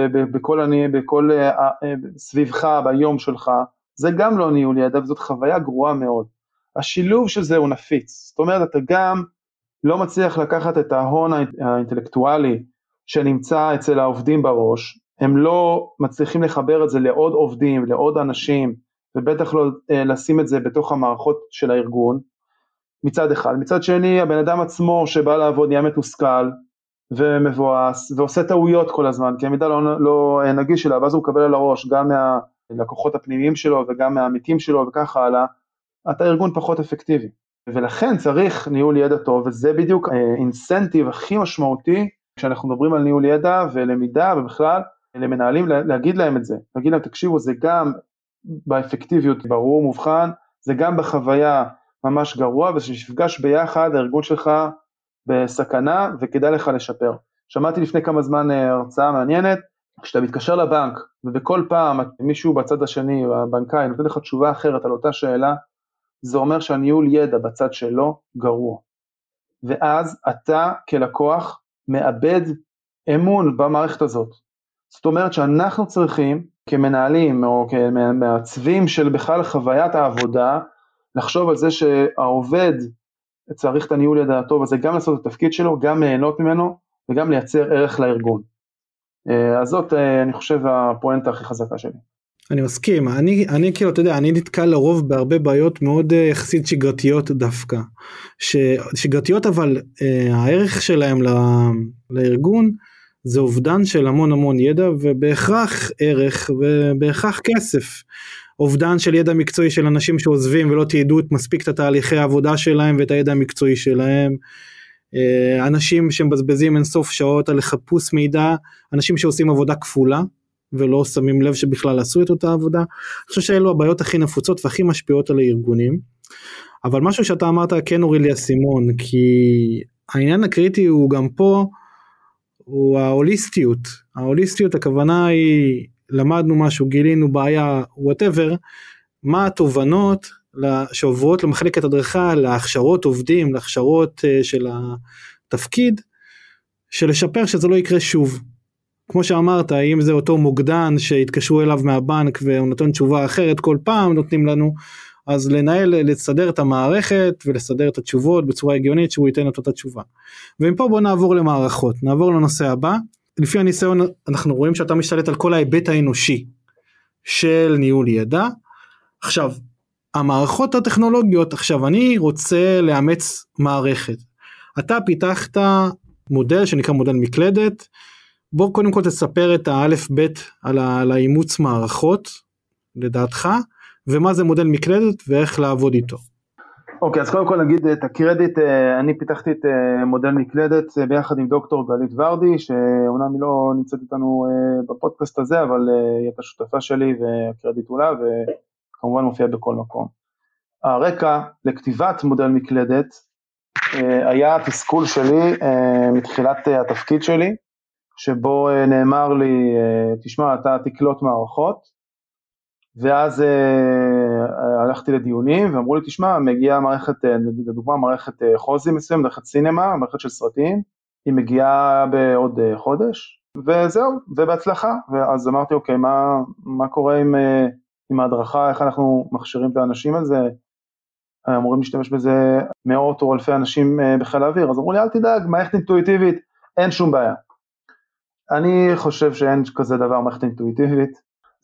בכל סביבך, ביום שלך, זה גם לא ניהול ידע, וזאת חוויה גרועה מאוד. השילוב של זה הוא נפיץ, זאת אומרת, אתה גם לא מצליח לקחת את ההון האינטלקטואלי, שנמצא אצל העובדים בראש, הם לא מצליחים לחבר את זה לעוד עובדים, לעוד אנשים, ובטח לא לשים את זה בתוך המערכות של הארגון, מצד אחד. מצד שני, הבן אדם עצמו שבא לעבוד נהיה מתוסכל, ומבואס, ועושה טעויות כל הזמן, כי המידע לא נגיש אליו, ואז הוא מקבל על הראש, גם מהלקוחות הפנימיים שלו, וגם מהעמיתים שלו, וכך הלאה, אתה ארגון פחות אפקטיבי. ולכן צריך ניהול ידע טוב, וזה בדיוק האינסנטיב הכי משמעותי, כשאנחנו מדברים על ניהול ידע ולמידה, ובכלל, למנהלים להגיד להם את זה, להגיד להם, תקשיבו, זה גם באפקטיביות ברור, מובחן, זה גם בחוויה ממש גרוע, וששפגש ביחד, הארגון שלך בסכנה, וכדאי לך לשפר. שמעתי לפני כמה זמן הרצאה מעניינת, כשאתה מתקשר לבנק, ובכל פעם מישהו בצד השני, הבנקאי, נותן לך תשובה אחרת על אותה שאלה, זה אומר שהניהול ידע בצד שלו גרוע. ואז אתה כלקוח מאבד אמון במערכת הזאת. זאת אומרת שאנחנו צריכים כמנהלים או כמעצבים של בכלל חוויית העבודה, לחשוב על זה שהעובד צריך את הניהול ידע הטוב הזה, גם לעשות את התפקיד שלו, גם ליהנות ממנו וגם לייצר ערך לארגון. אז זאת אני חושב הפואנטה הכי חזקה שלי. אני מסכים, אני כאילו, אתה יודע, אני נתקל לרוב בהרבה בעיות מאוד יחסית שגרתיות דווקא, שגרתיות אבל הערך שלהם לארגון, זה אובדן של המון המון ידע, ובהכרח ערך, ובהכרח כסף, אובדן של ידע מקצועי של אנשים שעוזבים, ולא תיעדו את מספיק את התהליכי העבודה שלהם, ואת הידע המקצועי שלהם, אנשים שמבזבזים אינסוף שעות על חיפוש מידע, אנשים שעושים עבודה כפולה, ולא שמים לב שבכלל עשו את אותה עבודה. אני חושב שאלו הבעיות הכי נפוצות והכי משפיעות על הארגונים, אבל משהו שאתה אמרת כן הוריד לי הסימון, כי העניין הקריטי הוא גם פה, הוא ההוליסטיות. ההוליסטיות, הכוונה היא, למדנו משהו, גילינו בעיה, whatever, מה התובנות שעוברות למחלקת הדרכה, להכשרות עובדים, להכשרות של התפקיד, של לשפר שזה לא יקרה שוב. כמו שאמרת, אם זה אותו מוקדן שהתקשרו אליו מהבנק והוא נותן תשובה אחרת כל פעם נותנים לנו, אז לסדר את המערכת ולסדר את התשובות בצורה הגיונית שהוא ייתן את אותה תשובה. ומפה בוא נעבור למערכות, נעבור לנושא הבא. לפי הניסיון אנחנו רואים שאתה משתלט על כל ההיבט האנושי של ניהול ידע. עכשיו, המערכות הטכנולוגיות, עכשיו אני רוצה לאמץ מערכת. אתה פיתחת מודל שנקרא מודל מקלדת, בוא קודם כל תספר את האלף בית על האימוץ מערכות, לדעתך, ומה זה מודל מקלדת ואיך לעבוד איתו. אוקיי, אז קודם כל נגיד את הקרדיט, אני פיתחתי את מודל מקלדת ביחד עם דוקטור גלית ורדי, שאומנם היא לא נמצאת איתנו בפודקאסט הזה, אבל היא הייתה שותפה שלי והקרדיט עולה, וכמובן מופיע בכל מקום. הרקע לכתיבת מודל מקלדת היה תסכול שלי מתחילת התפקיד שלי, שבו נאמר לי, תשמע, אתה תקלוט מערכות, ואז הלכתי לדיונים, ואמרו לי, תשמע, מגיעה מערכת, לדוגמה, מערכת חוזי מסוים, מערכת סינמה, מערכת של סרטים, היא מגיעה בעוד חודש, וזהו, ובהצלחה, ואז אמרתי, אוקיי, מה קורה עם עם ההדרכה, איך אנחנו מכשירים את האנשים על זה, אמורים להשתמש בזה מאות או אלפי אנשים בחיל האוויר, אז אמרו לי, אל תדאג, מערכת אינטואיטיבית, אין שום בעיה. אני חושב שאין כזה דבר מערכת אינטואיטיבית,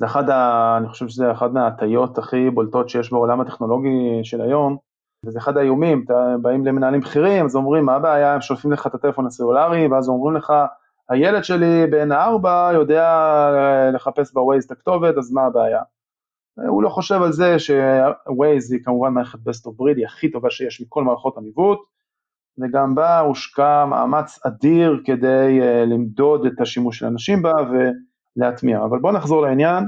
אני חושב שזה אחד מההטיות הכי בולטות שיש בעולם הטכנולוגי של היום, וזה אחד האיומים, באים למנהלים בכירים, אז אומרים, מה הבעיה, הם שולפים לך את הטלפון הסלולרי, ואז אומרים לך, הילד שלי בן 4 יודע לחפש בווייז את הכתובת, אז מה הבעיה? הוא לא חושב על זה שווייז היא כמובן מערכת best of breed, היא הכי טובה שיש מכל מערכות הניווט, וגם בה הושקע מאמץ אדיר כדי למדוד את השימוש של אנשים בה ולהטמיע. אבל בואו נחזור לעניין.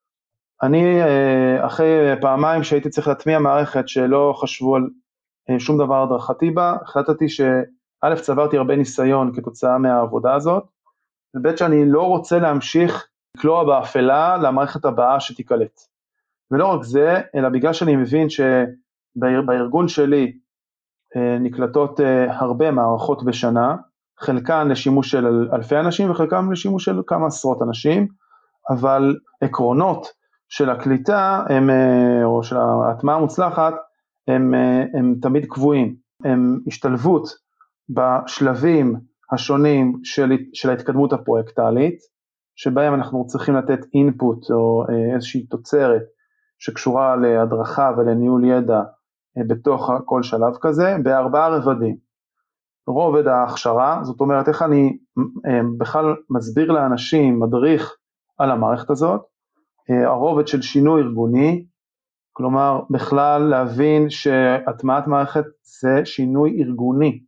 אני אחרי פעמיים שהייתי צריך להטמיע מערכת שלא חשבו על שום דבר הדרכתי בה, החלטתי שא' צברתי הרבה ניסיון כתוצאה מהעבודה הזאת, וב' שאני לא רוצה להמשיך לקלוע באפלה למערכת הבאה שתיקלט. ולא רק זה, אלא בגלל שאני מבין שבארגון שלי נקלטות הרבה מערכות בשנה, חלקן לשימוש של אלפי אנשים וחלקן לשימוש של כמה עשרות אנשים, אבל עקרונות של הקליטה או של ההטמעה המוצלחת הם תמיד קבועים, הם השתלבות בשלבים השונים של ההתקדמות הפרויקטלית, שבהם אנחנו צריכים לתת אינפוט או איזושהי תוצרת שקשורה להדרכה ולניהול ידע בתוך כל שלב כזה, ב4 רבדים. רובד ההכשרה, זאת אומרת איך אני בכלל מסביר לאנשים, מדריך על המערכת הזאת, הרובד של שינוי ארגוני, כלומר בכלל להבין שהטמעת מערכת זה שינוי ארגוני,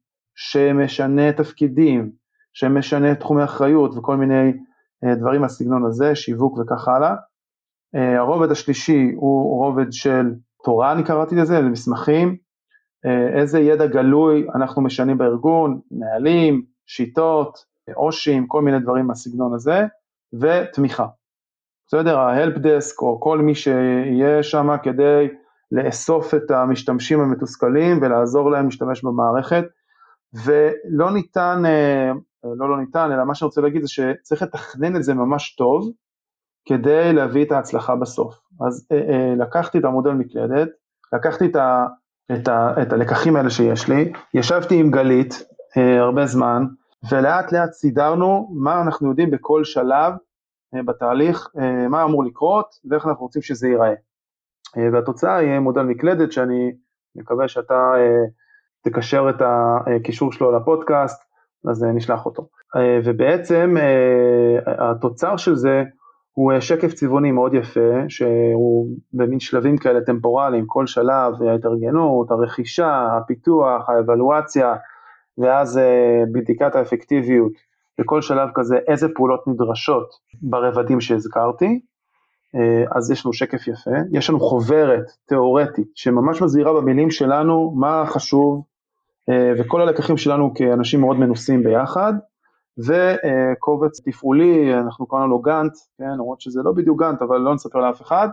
שמשנה תפקידים, שמשנה תחומי אחריות וכל מיני דברים בסגנון הזה, שיווק וכך הלאה. הרובד השלישי הוא רובד של תורה, אני קראתי לזה, למסמכים, איזה ידע גלוי אנחנו משנים בארגון, נהלים, שיטות, אושים, כל מיני דברים מהסגנון הזה, ותמיכה. בסדר, ה-help desk או כל מי שיהיה שם כדי לאסוף את המשתמשים המתוסכלים ולעזור להם להשתמש במערכת, ולא ניתן, לא ניתן, אלא מה שאני רוצה להגיד זה שצריך לתכנן את זה ממש טוב, כדי להביא את ההצלחה בסוף. אז לקחתי את המודל מקלדת, לקחתי את הלקחים האלה שיש לי, ישבתי עם גלית הרבה זמן, ולאט לאט סידרנו מה אנחנו יודעים בכל שלב בתהליך, מה אמור לקרות, ואיך אנחנו רוצים שזה ייראה. והתוצאה יהיה מודל מקלדת, שאני מקווה שאתה תקשר את הקישור שלו לפודקאסט, אז נשלח אותו. ובעצם התוצר של זה, הוא שקף צבעוני מאוד יפה, שהוא במין שלבים כאלה טמפורליים, כל שלב, ההתארגנות, הרכישה, הפיתוח, האבלואציה, ואז בדיקת האפקטיביות, בכל שלב כזה איזה פעולות נדרשות ברבדים שהזכרתי, אז יש לנו שקף יפה, יש לנו חוברת תיאורטית, שממש מזהירה במילים שלנו מה חשוב, וכל הלקחים שלנו כאנשים מאוד מנוסים ביחד, וקובץ תפעולי, אנחנו קוראים לו גאנט, כן, למרות שזה לא בדיוק גאנט, אבל לא נספר לאף אחד,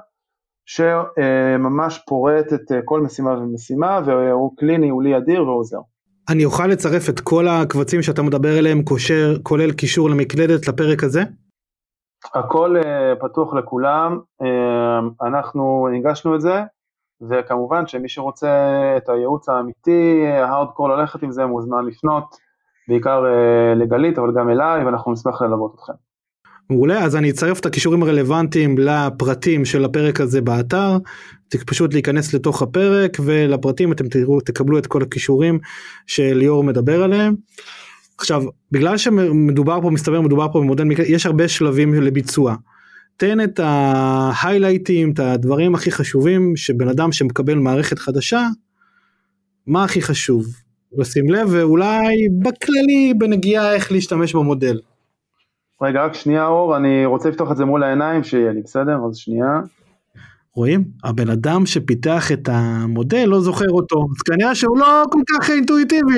שממש פורט את כל משימה ומשימה, והוא כלי ניהולי אדיר ועוזר. אני אוכל לצרף את כל הקבצים שאתה מדבר אליהם, כולל קישור למקלדת לפרק הזה? הכל פתוח לכולם, אנחנו ניגשנו את זה, וכמובן שמי שרוצה את הייעוץ האמיתי, ההארדקור ללכת עם זה, מוזמן לפנות, בעיקר לגלית, אבל גם אליי, ואנחנו נשמח ללוות אתכם. מעולה, אז אני אצרף את הכישורים הרלוונטיים לפרטים של הפרק הזה באתר, פשוט להיכנס לתוך הפרק, ולפרטים אתם תקבלו את כל הכישורים שליאור מדבר עליהם. עכשיו, בגלל שמדובר פה במודל מקלדת, יש הרבה שלבים לביצוע. תן את ההיילייטים, את הדברים הכי חשובים, שבן אדם שמקבל מערכת חדשה, מה הכי חשוב? לשים לב, ואולי בכללי בנגיעה איך להשתמש במודל. רגע, רק שנייה אור, אני רוצה לפתוח את זה מול העיניים שיהיה לי, בסדר? אז שנייה. רואים? הבן אדם שפיתח את המודל לא זוכר אותו, אז כנראה שהוא לא כל כך אינטואיטיבי.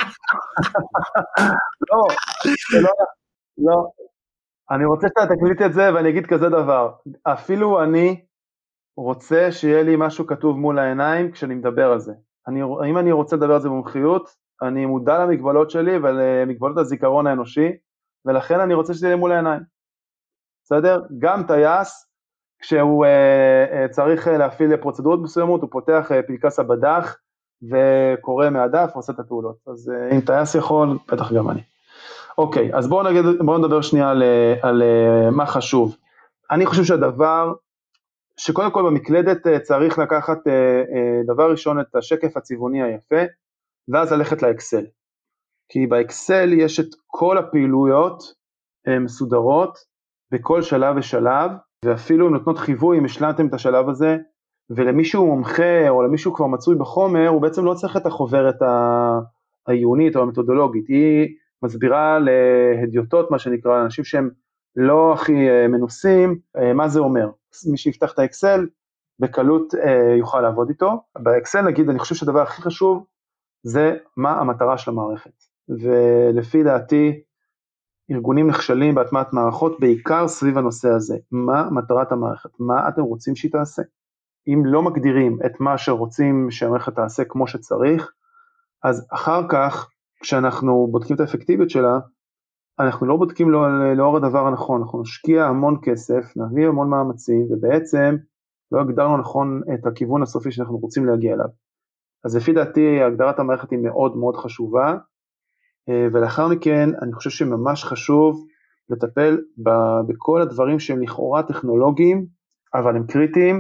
לא, אני רוצה שאתה תקליט את זה ואני אגיד כזה דבר, אפילו אני רוצה שיהיה לי משהו כתוב מול העיניים כשאני מדבר על זה. אם אני רוצה לדבר על זה במומחיות, אני מודע למגבלות שלי ולמגבלות הזיכרון האנושי, ולכן אני רוצה שזה יהיה מול העיניים. בסדר? גם טייס כשהוא צריך להפעיל פרוצדורות מסוימות, הוא פותח פנקס הבד"ח, וקורא מהדף ועושה את הפעולות. אז אם טייס יכול, בטח גם אני. אוקיי, אז בואו נדבר שנייה על מה חשוב. אני חושב שהדבר, שקודם כל במקלדת צריך לקחת דבר ראשון את השקף הצבעוני היפה, ואז ללכת לאקסל. כי באקסל יש את כל הפעילויות מסודרות, בכל שלב ושלב, ואפילו נותנות חיווי אם השלמתם את השלב הזה, ולמישהו מומחה או למישהו כבר מצוי בחומר, הוא בעצם לא צריך את החוברת העיונית או המתודולוגית, היא מסבירה להדיוטות, מה שנקרא, אנשים שהם לא הכי מנוסים, מה זה אומר. מי שיפתח את האקסל, בקלות יוכל לעבוד איתו. באקסל נגיד, אני חושב שהדבר הכי חשוב, זה מה המטרה של המערכת. ולפי דעתי, ארגונים נכשלים בהטמעת מערכות, בעיקר סביב הנושא הזה. מה מטרת המערכת? מה אתם רוצים שהיא תעשה? אם לא מגדירים את מה שרוצים שהמערכת תעשה כמו שצריך, אז אחר כך, כשאנחנו בודקים את האפקטיביות שלה, אנחנו לא בודקים לאור הדבר הנכון, אנחנו נשקיע המון כסף, נביא המון מאמצים, ובעצם לא הגדרנו נכון את הכיוון הסופי שאנחנו רוצים להגיע אליו. אז לפי דעתי, הגדרת המערכת היא מאוד מאוד חשובה, ולאחר מכן אני חושב שממש חשוב לטפל בכל הדברים שהם לכאורה טכנולוגיים, אבל הם קריטיים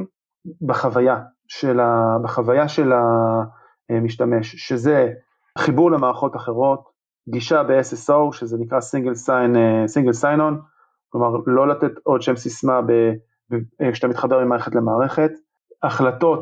בחוויה של המשתמש, שזה חיבור למערכות אחרות, גישה ב-SSO, שזה נקרא single sign-on, כלומר לא לתת עוד שם סיסמה כשאתה מתחבר ממערכת למערכת, החלטות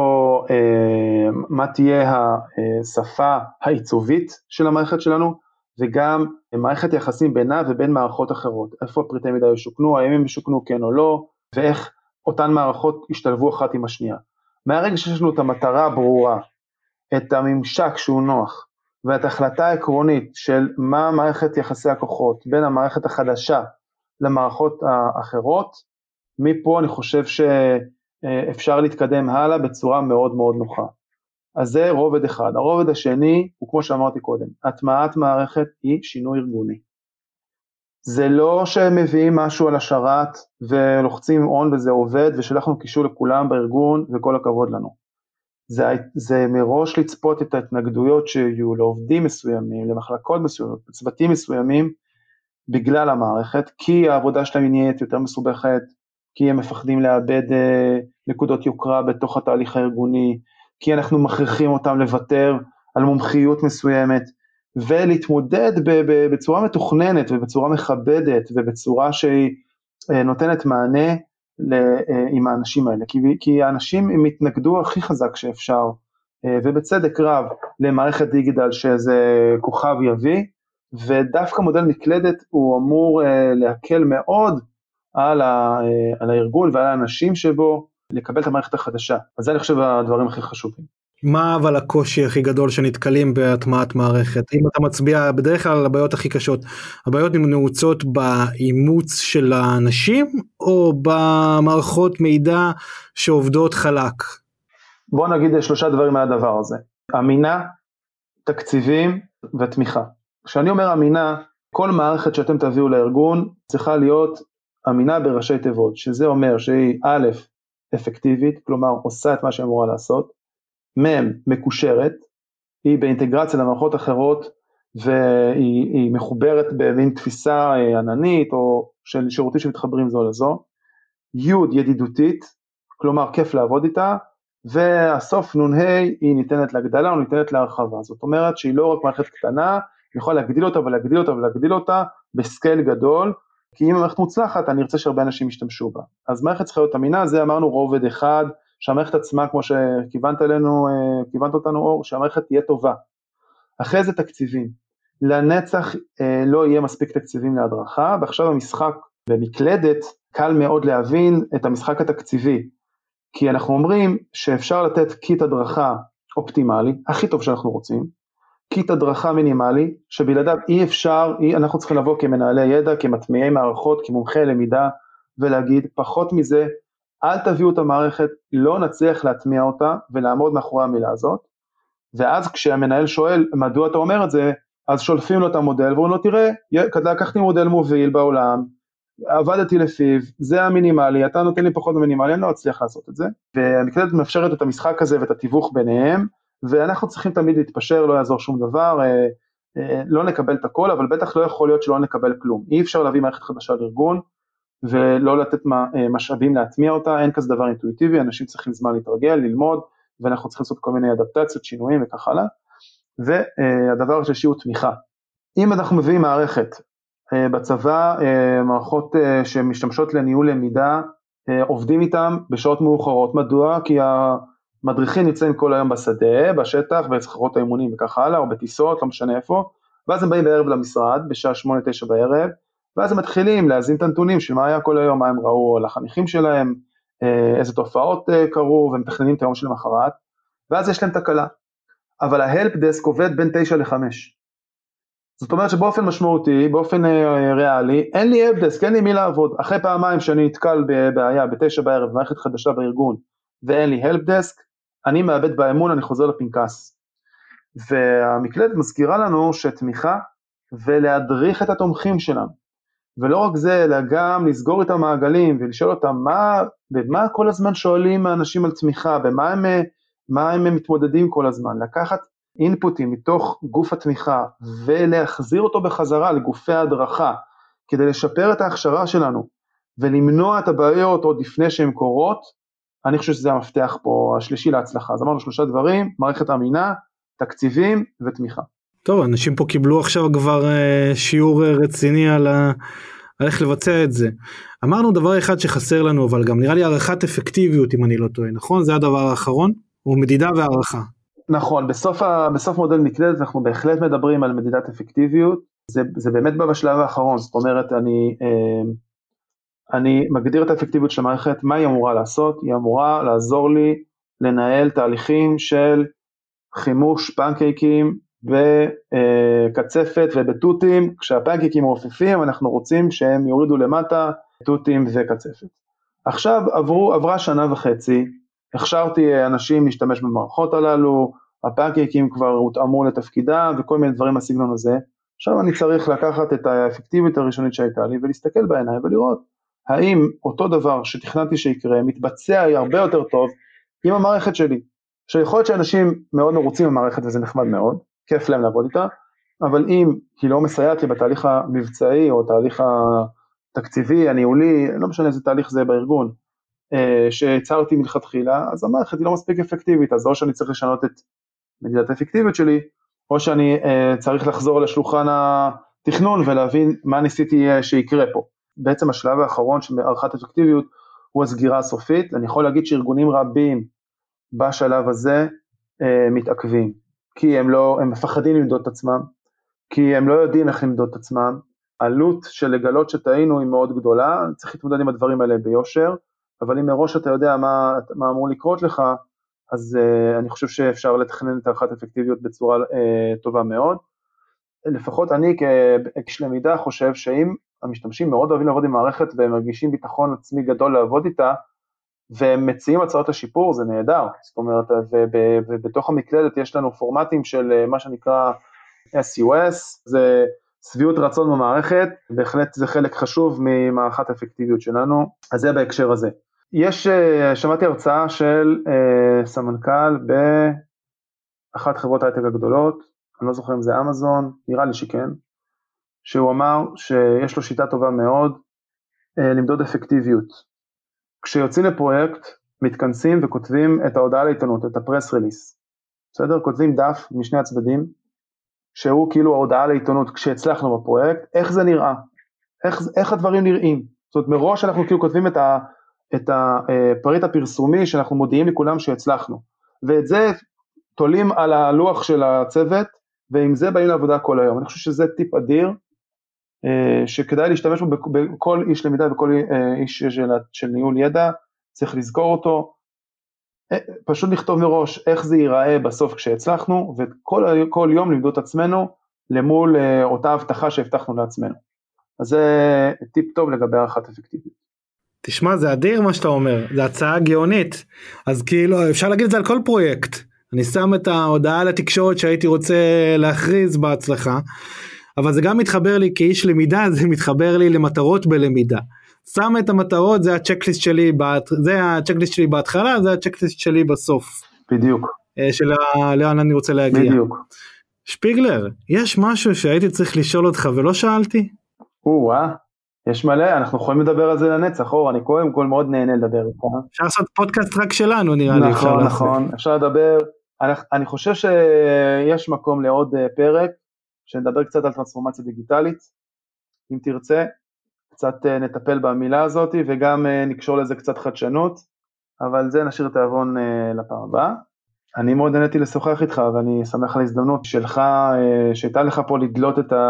מה תהיה השפה העיצובית של המערכת שלנו, וגם מערכת יחסים בינה ובין מערכות אחרות, איפה הפריטי מידע ישוקנו, האם הם ישוקנו כן או לא, ואיך אותן מערכות ישתלבו אחת עם השנייה. מהרגע שיש לנו את המטרה הברורה, את הממשק שהוא נוח, ואת ההחלטה העקרונית של מה מערכת יחסי הכוחות, בין המערכת החדשה למערכות האחרות, מפה אני חושב שאפשר להתקדם הלאה בצורה מאוד מאוד נוחה. אז זה רובד אחד. הרובד השני הוא כמו שאמרתי קודם, הטמעת מערכת היא שינוי ארגוני. זה לא שהם מביאים משהו על השרת ולוחצים און וזה עובד ושלחנו קישור לכולם בארגון וכל הכבוד לנו. זה מראש לצפות את ההתנגדויות שיהיו לעובדים מסוימים, למחלקות מסוימות, לצוותים מסוימים, בגלל המערכת, כי העבודה שלהם נהיית יותר מסובכת, כי הם מפחדים לאבד נקודות יוקרה בתוך התהליך הארגוני, כי אנחנו מכריחים אותם לוותר על מומחיות מסוימת, ולהתמודד בצורה מתוכננת ובצורה מכבדת, ובצורה שהיא נותנת מענה עם האנשים האלה, כי האנשים הם התנגדו הכי חזק שאפשר, ובצדק רב למערכת דיגיטל שזה כוכב יביא, ודווקא מודל מקלדת הוא אמור להקל מאוד על הארגון ועל האנשים שבו לקבל את המערכת החדשה. אז זה אני חושב הדברים הכי חשובים. מה אבל הקושי הכי גדול שנתקלים בהטמעת מערכת? אם אתה מצביע בדרך כלל על הבעיות הכי קשות, הבעיות נעוצות באימוץ של האנשים או במערכות מידע שעובדות חלק? בוא נגיד 3 דברים מהדבר הזה. אמינה, תקציבים ותמיכה. כשאני אומר אמינה, כל מערכת שאתם תביאו לארגון צריכה להיות אמינה בראשי תיבות, שזה אומר שהיא א', אפקטיבית, כלומר עושה את מה שהיא אמורה לעשות, מקושרת, היא באינטגרציה למערכות אחרות, והיא מחוברת במין תפיסה עננית, או של שירותים שמתחברים זו לזו, ידידותית, כלומר כיף לעבוד איתה, והסוף נ"ה היא ניתנת להגדלה, או ניתנת להרחבה, זאת אומרת שהיא לא רק מערכת קטנה, היא יכולה להגדיל אותה ולהגדיל אותה ולהגדיל אותה, בסקייל גדול, כי אם המערכת מוצלחת, אני ארצה שהרבה אנשים ישתמשו בה. אז מערכת צריכה להיות אמינה, זה אמרנו רובד אחד, שהמערכת עצמה, כמו שכיוונת אותנו אור, שהמערכת תהיה טובה. אחרי זה תקציבים. לנצח לא יהיה מספיק תקציבים להדרכה, ועכשיו המשחק במקלדת, קל מאוד להבין את המשחק התקציבי, כי אנחנו אומרים שאפשר לתת קיט הדרכה אופטימלי, הכי טוב שאנחנו רוצים, קיט הדרכה מינימלי, שבלעדיו אי אפשר, אנחנו צריכים לבוא כמנהלי ידע, כמטמיעי מערכות, כמומחי למידה, ולהגיד פחות מזה, אל תביאו את המערכת, לא נצליח להטמיע אותה, ולעמוד מאחורי המילה הזאת, ואז כשהמנהל שואל, מדוע אתה אומר את זה, אז שולפים לו את המודל, ואומרים לו, תראה, לקחתי מודל מוביל בעולם, עבדתי לפיו, זה המינימלי, אתה נותן לי פחות במינימלי, אני לא אצליח לעשות את זה, והמקלדת מאפשרת את המשחק הזה ואת התיווך ביניהם, ואנחנו צריכים תמיד להתפשר, לא יעזור שום דבר, לא נקבל את הכל, אבל בטח לא יכול להיות שלא נקבל כלום, אי אפשר להביא מערכת חדשה לארגון, ולא לתת משאבים להטמיע אותה, אין כזה דבר אינטואיטיבי, אנשים צריכים זמן להתרגל, ללמוד, ואנחנו צריכים לעשות כל מיני אדפטציות, שינויים וכך הלאה, והדבר השלישי הוא תמיכה. אם אנחנו מביאים מערכת, בצבא, מערכות שמשתמשות לניהול למידה, עובדים איתם בשעות מאוחרות, מדוע? כי המדריכים נמצאים כל היום בשדה, בשטח, בסחרות האימונים וכך הלאה, או בטיסות, לא משנה איפה, ואז הם באים בערב למשרד, בשעה 8-9 בערב, ואז הם מתחילים להזין את הנתונים של מה היה כל היום, מה הם ראו לחניכים שלהם, איזה תופעות קרו, והם מתכננים את היום של המחרת, ואז יש להם תקלה. אבל ההלפ דסק עובד בין 9 ל-5. זאת אומרת שבאופן משמעותי, באופן ריאלי, אין לי help desk, אין לי מי לעבוד. אחרי פעמיים שאני נתקל בבעיה, ב9 בערב, מערכת חדשה בארגון, ואין לי help desk, אני מאבד באמון, אני חוזר לפנקס. והמקלדת מזכירה לנו שתמיכה, ולהדריך את התומכים שלנו. ולא רק זה, אלא גם לסגור את המעגלים, ולשאול אותם במה כל הזמן שואלים האנשים על תמיכה, במה הם מתמודדים כל הזמן, לקחת אינפוטים מתוך גוף התמיכה, ולהחזיר אותו בחזרה לגופי ההדרכה, כדי לשפר את ההכשרה שלנו, ולמנוע את הבעיות עוד לפני שהן קורות, אני חושב שזה המפתח פה השלישי להצלחה. אז אמרנו 3 דברים, מערכת אמינה, תקציבים ותמיכה. טוב, אנשים פה קיבלו עכשיו כבר שיעור רציני על איך לבצע את זה. אמרנו דבר אחד שחסר לנו, אבל גם נראה לי הערכת אפקטיביות, אם אני לא טועה, נכון? זה הדבר האחרון? הוא מדידה והערכה. נכון, בסוף מודל מקלדת אנחנו בהחלט מדברים על מדידת אפקטיביות, זה באמת בשלב האחרון, זאת אומרת אני מגדיר את האפקטיביות של המערכת, מה היא אמורה לעשות? היא אמורה לעזור לי לנהל תהליכים של חימוש פנקייקים בקצפת ובטוטים, כשהפנקייקים מעופפים אנחנו רוצים שהם יורידו למטה טוטים וקצפת. עכשיו עברה 1.5 שנה, הכשרתי אנשים להשתמש במערכות הללו, הפנקייקים כבר הותאמו לתפקידה וכל מיני דברים בסגנון הזה, עכשיו אני צריך לקחת את האפקטיביות הראשונית שהייתה לי ולהסתכל בעיניים ולראות האם אותו דבר שתכננתי שיקרה מתבצע הרבה יותר טוב עם המערכת שלי, שיכול להיות שאנשים מאוד מרוצים במערכת וזה נחמד מאוד, כיף להם לעבוד איתה, אבל אם היא לא מסייעת לי בתהליך המבצעי או תהליך התקציבי, הניהולי, לא משנה איזה תהליך זה בארגון, שהצהרתי מלכתחילה, אז המערכת היא לא מספיק אפקטיבית, אז או שאני צריך לשנות את מדידת האפקטיביות שלי, או שאני צריך לחזור לשולחן התכנון ולהבין מה ניסיתי שיקרה פה. בעצם השלב האחרון של הערכת אפקטיביות הוא הסגירה הסופית. אני יכול להגיד שארגונים רבים בשלב הזה מתעכבים, כי הם מפחדים למדוד את עצמם, כי הם לא יודעים איך למדוד את עצמם, העלות של לגלות שטעינו היא מאוד גדולה, צריך להתמודד עם הדברים האלה ביושר, אבל אם מראש אתה יודע מה אמור לקרות לך, אז אני חושב שאפשר לתכנן את הערכת אפקטיביות בצורה טובה מאוד. לפחות אני כאיש למידה חושב שאם המשתמשים מאוד אוהבים לעבוד עם מערכת והם מרגישים ביטחון עצמי גדול לעבוד איתה, והם מציעים הצעות לשיפור, זה נהדר. זאת אומרת, ובתוך המקלדת יש לנו פורמטים של מה שנקרא SUS, זה סביעות רצון במערכת, בהחלט זה חלק חשוב ממערכת האפקטיביות שלנו, אז זה בהקשר הזה. שמעתי הרצאה של סמנכ"ל באחת חברות הייטק הגדולות, אני לא זוכר אם זה אמזון, נראה לי שכן, שהוא אמר שיש לו שיטה טובה מאוד למדוד אפקטיביות. כשיוצאים לפרויקט, מתכנסים וכותבים את ההודעה לעיתונות, את הפרס ריליס. בסדר? כותבים דף משני הצדדים, שהוא כאילו ההודעה לעיתונות כשהצלחנו בפרויקט, איך זה נראה? איך הדברים נראים? זאת אומרת, מראש אנחנו כאילו כותבים את הפריט הפרסומי שאנחנו מודיעים לכולם שהצלחנו. ואת זה תולים על הלוח של הצוות, ועם זה באים לעבודה כל היום. אני חושב שזה טיפ אדיר, שכדאי להשתמש בו בכל איש למידה וכל איש של ניהול ידע, צריך לזכור אותו, פשוט לכתוב מראש איך זה ייראה בסוף כשהצלחנו, וכל יום למדוד את עצמנו למול אותה הבטחה שהבטחנו לעצמנו. אז זה טיפ טוב לגבי הערכת אפקטיביות. תשמע, זה אדיר מה שאתה אומר, זה הצעה גאונית, אז כאילו אפשר להגיד את זה על כל פרויקט, אני שם את ההודעה לתקשורת שהייתי רוצה להכריז בהצלחה, אבל זה גם מתחבר לי כאיש למידה, זה מתחבר לי למטרות בלמידה. שם את המטרות, זה הצ'קליסט שלי, בהתחלה, זה הצ'קליסט שלי בסוף. בדיוק. של לאן אני רוצה להגיע. בדיוק. שפיגלר, יש משהו שהייתי צריך לשאול אותך ולא שאלתי? יש מלא, אנחנו יכולים לדבר על זה לנצח, אני קודם כל מאוד נהנה לדבר איתך. אפשר לעשות פודקאסט רק שלנו, נראה לי. נכון, אפשר לדבר, אני חושב שיש מקום לעוד פרק, שנדבר קצת על טרנספורמציה דיגיטלית, אם תרצה, קצת נטפל במילה הזאת, וגם נקשור לזה קצת חדשנות, אבל זה נשאיר את העוון לפעם הבאה. אני מאוד נהניתי לשוחח איתך, ואני שמח על ההזדמנות שלך, שהייתה לך פה לדלות את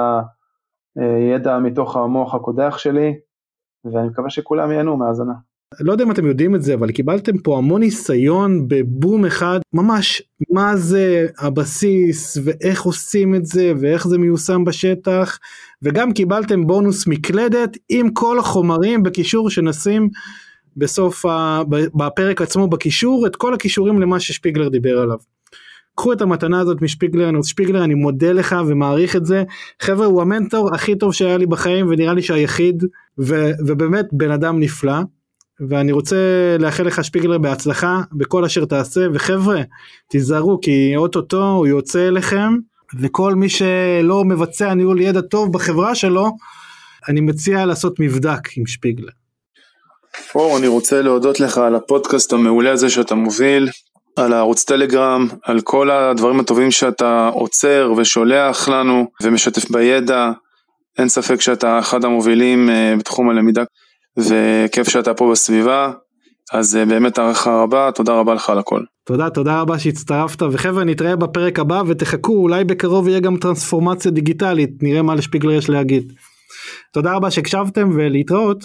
הידע מתוך המוח הקודח שלי, ואני מקווה שכולם ייהנו מהאזנה. לא יודע אם אתם יודעים את זה, אבל קיבלתם פה המון ניסיון בבום אחד, ממש מה זה הבסיס, ואיך עושים את זה, ואיך זה מיושם בשטח, וגם קיבלתם בונוס מקלדת, עם כל החומרים בקישור שנשים בסוף, בפרק עצמו בקישור, את כל הקישורים למה ששפיגלר דיבר עליו. קחו את המתנה הזאת משפיגלר, שפיגלר, אני מודה לך ומעריך את זה, חבר'ה, הוא המנטור הכי טוב שהיה לי בחיים, ונראה לי שהיחיד, ובאמת בן אדם נפלא, ואני רוצה לאחל לך שפיגלר בהצלחה, בכל אשר תעשה, וחבר'ה, תיזהרו, כי אוטוטו הוא יוצא אליכם, וכל מי שלא מבצע ניהול ידע טוב בחברה שלו, אני מציע לעשות מבדק עם שפיגלר. אני רוצה להודות לך על הפודקאסט המעולה הזה שאתה מוביל, על הערוץ טלגרם, על כל הדברים הטובים שאתה עוצר ושולח לנו ומשתף בידע. אין ספק שאתה אחד המובילים בתחום הלמידה, וכיף שאתה פה בסביבה, אז באמת הערכה רבה, תודה רבה לך על הכל. תודה רבה שהצטרפת, וחבר'ה נתראה בפרק הבא, ותחכו, אולי בקרוב יהיה גם טרנספורמציה דיגיטלית, נראה מה לשפיגלר יש להגיד. תודה רבה שהקשבתם ולהתראות.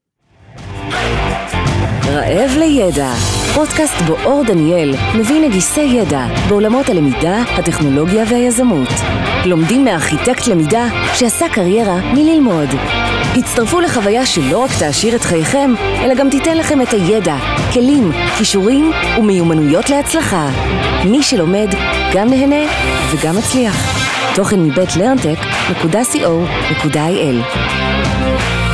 רעב לידע, פודקאסט בו אור דניאל מביא נגיסי ידע בעולמות הלמידה, הטכנולוגיה והיזמות. לומדים מארכיטקט למידה שעשה קריירה מללמוד. הצטרפו לחוויה שלא רק תעשיר את חייכם, אלא גם תיתן לכם את הידע, כלים, כישורים ומיומנויות להצלחה. מי שלומד גם נהנה וגם מצליח. תוכן מבית learntech.co.il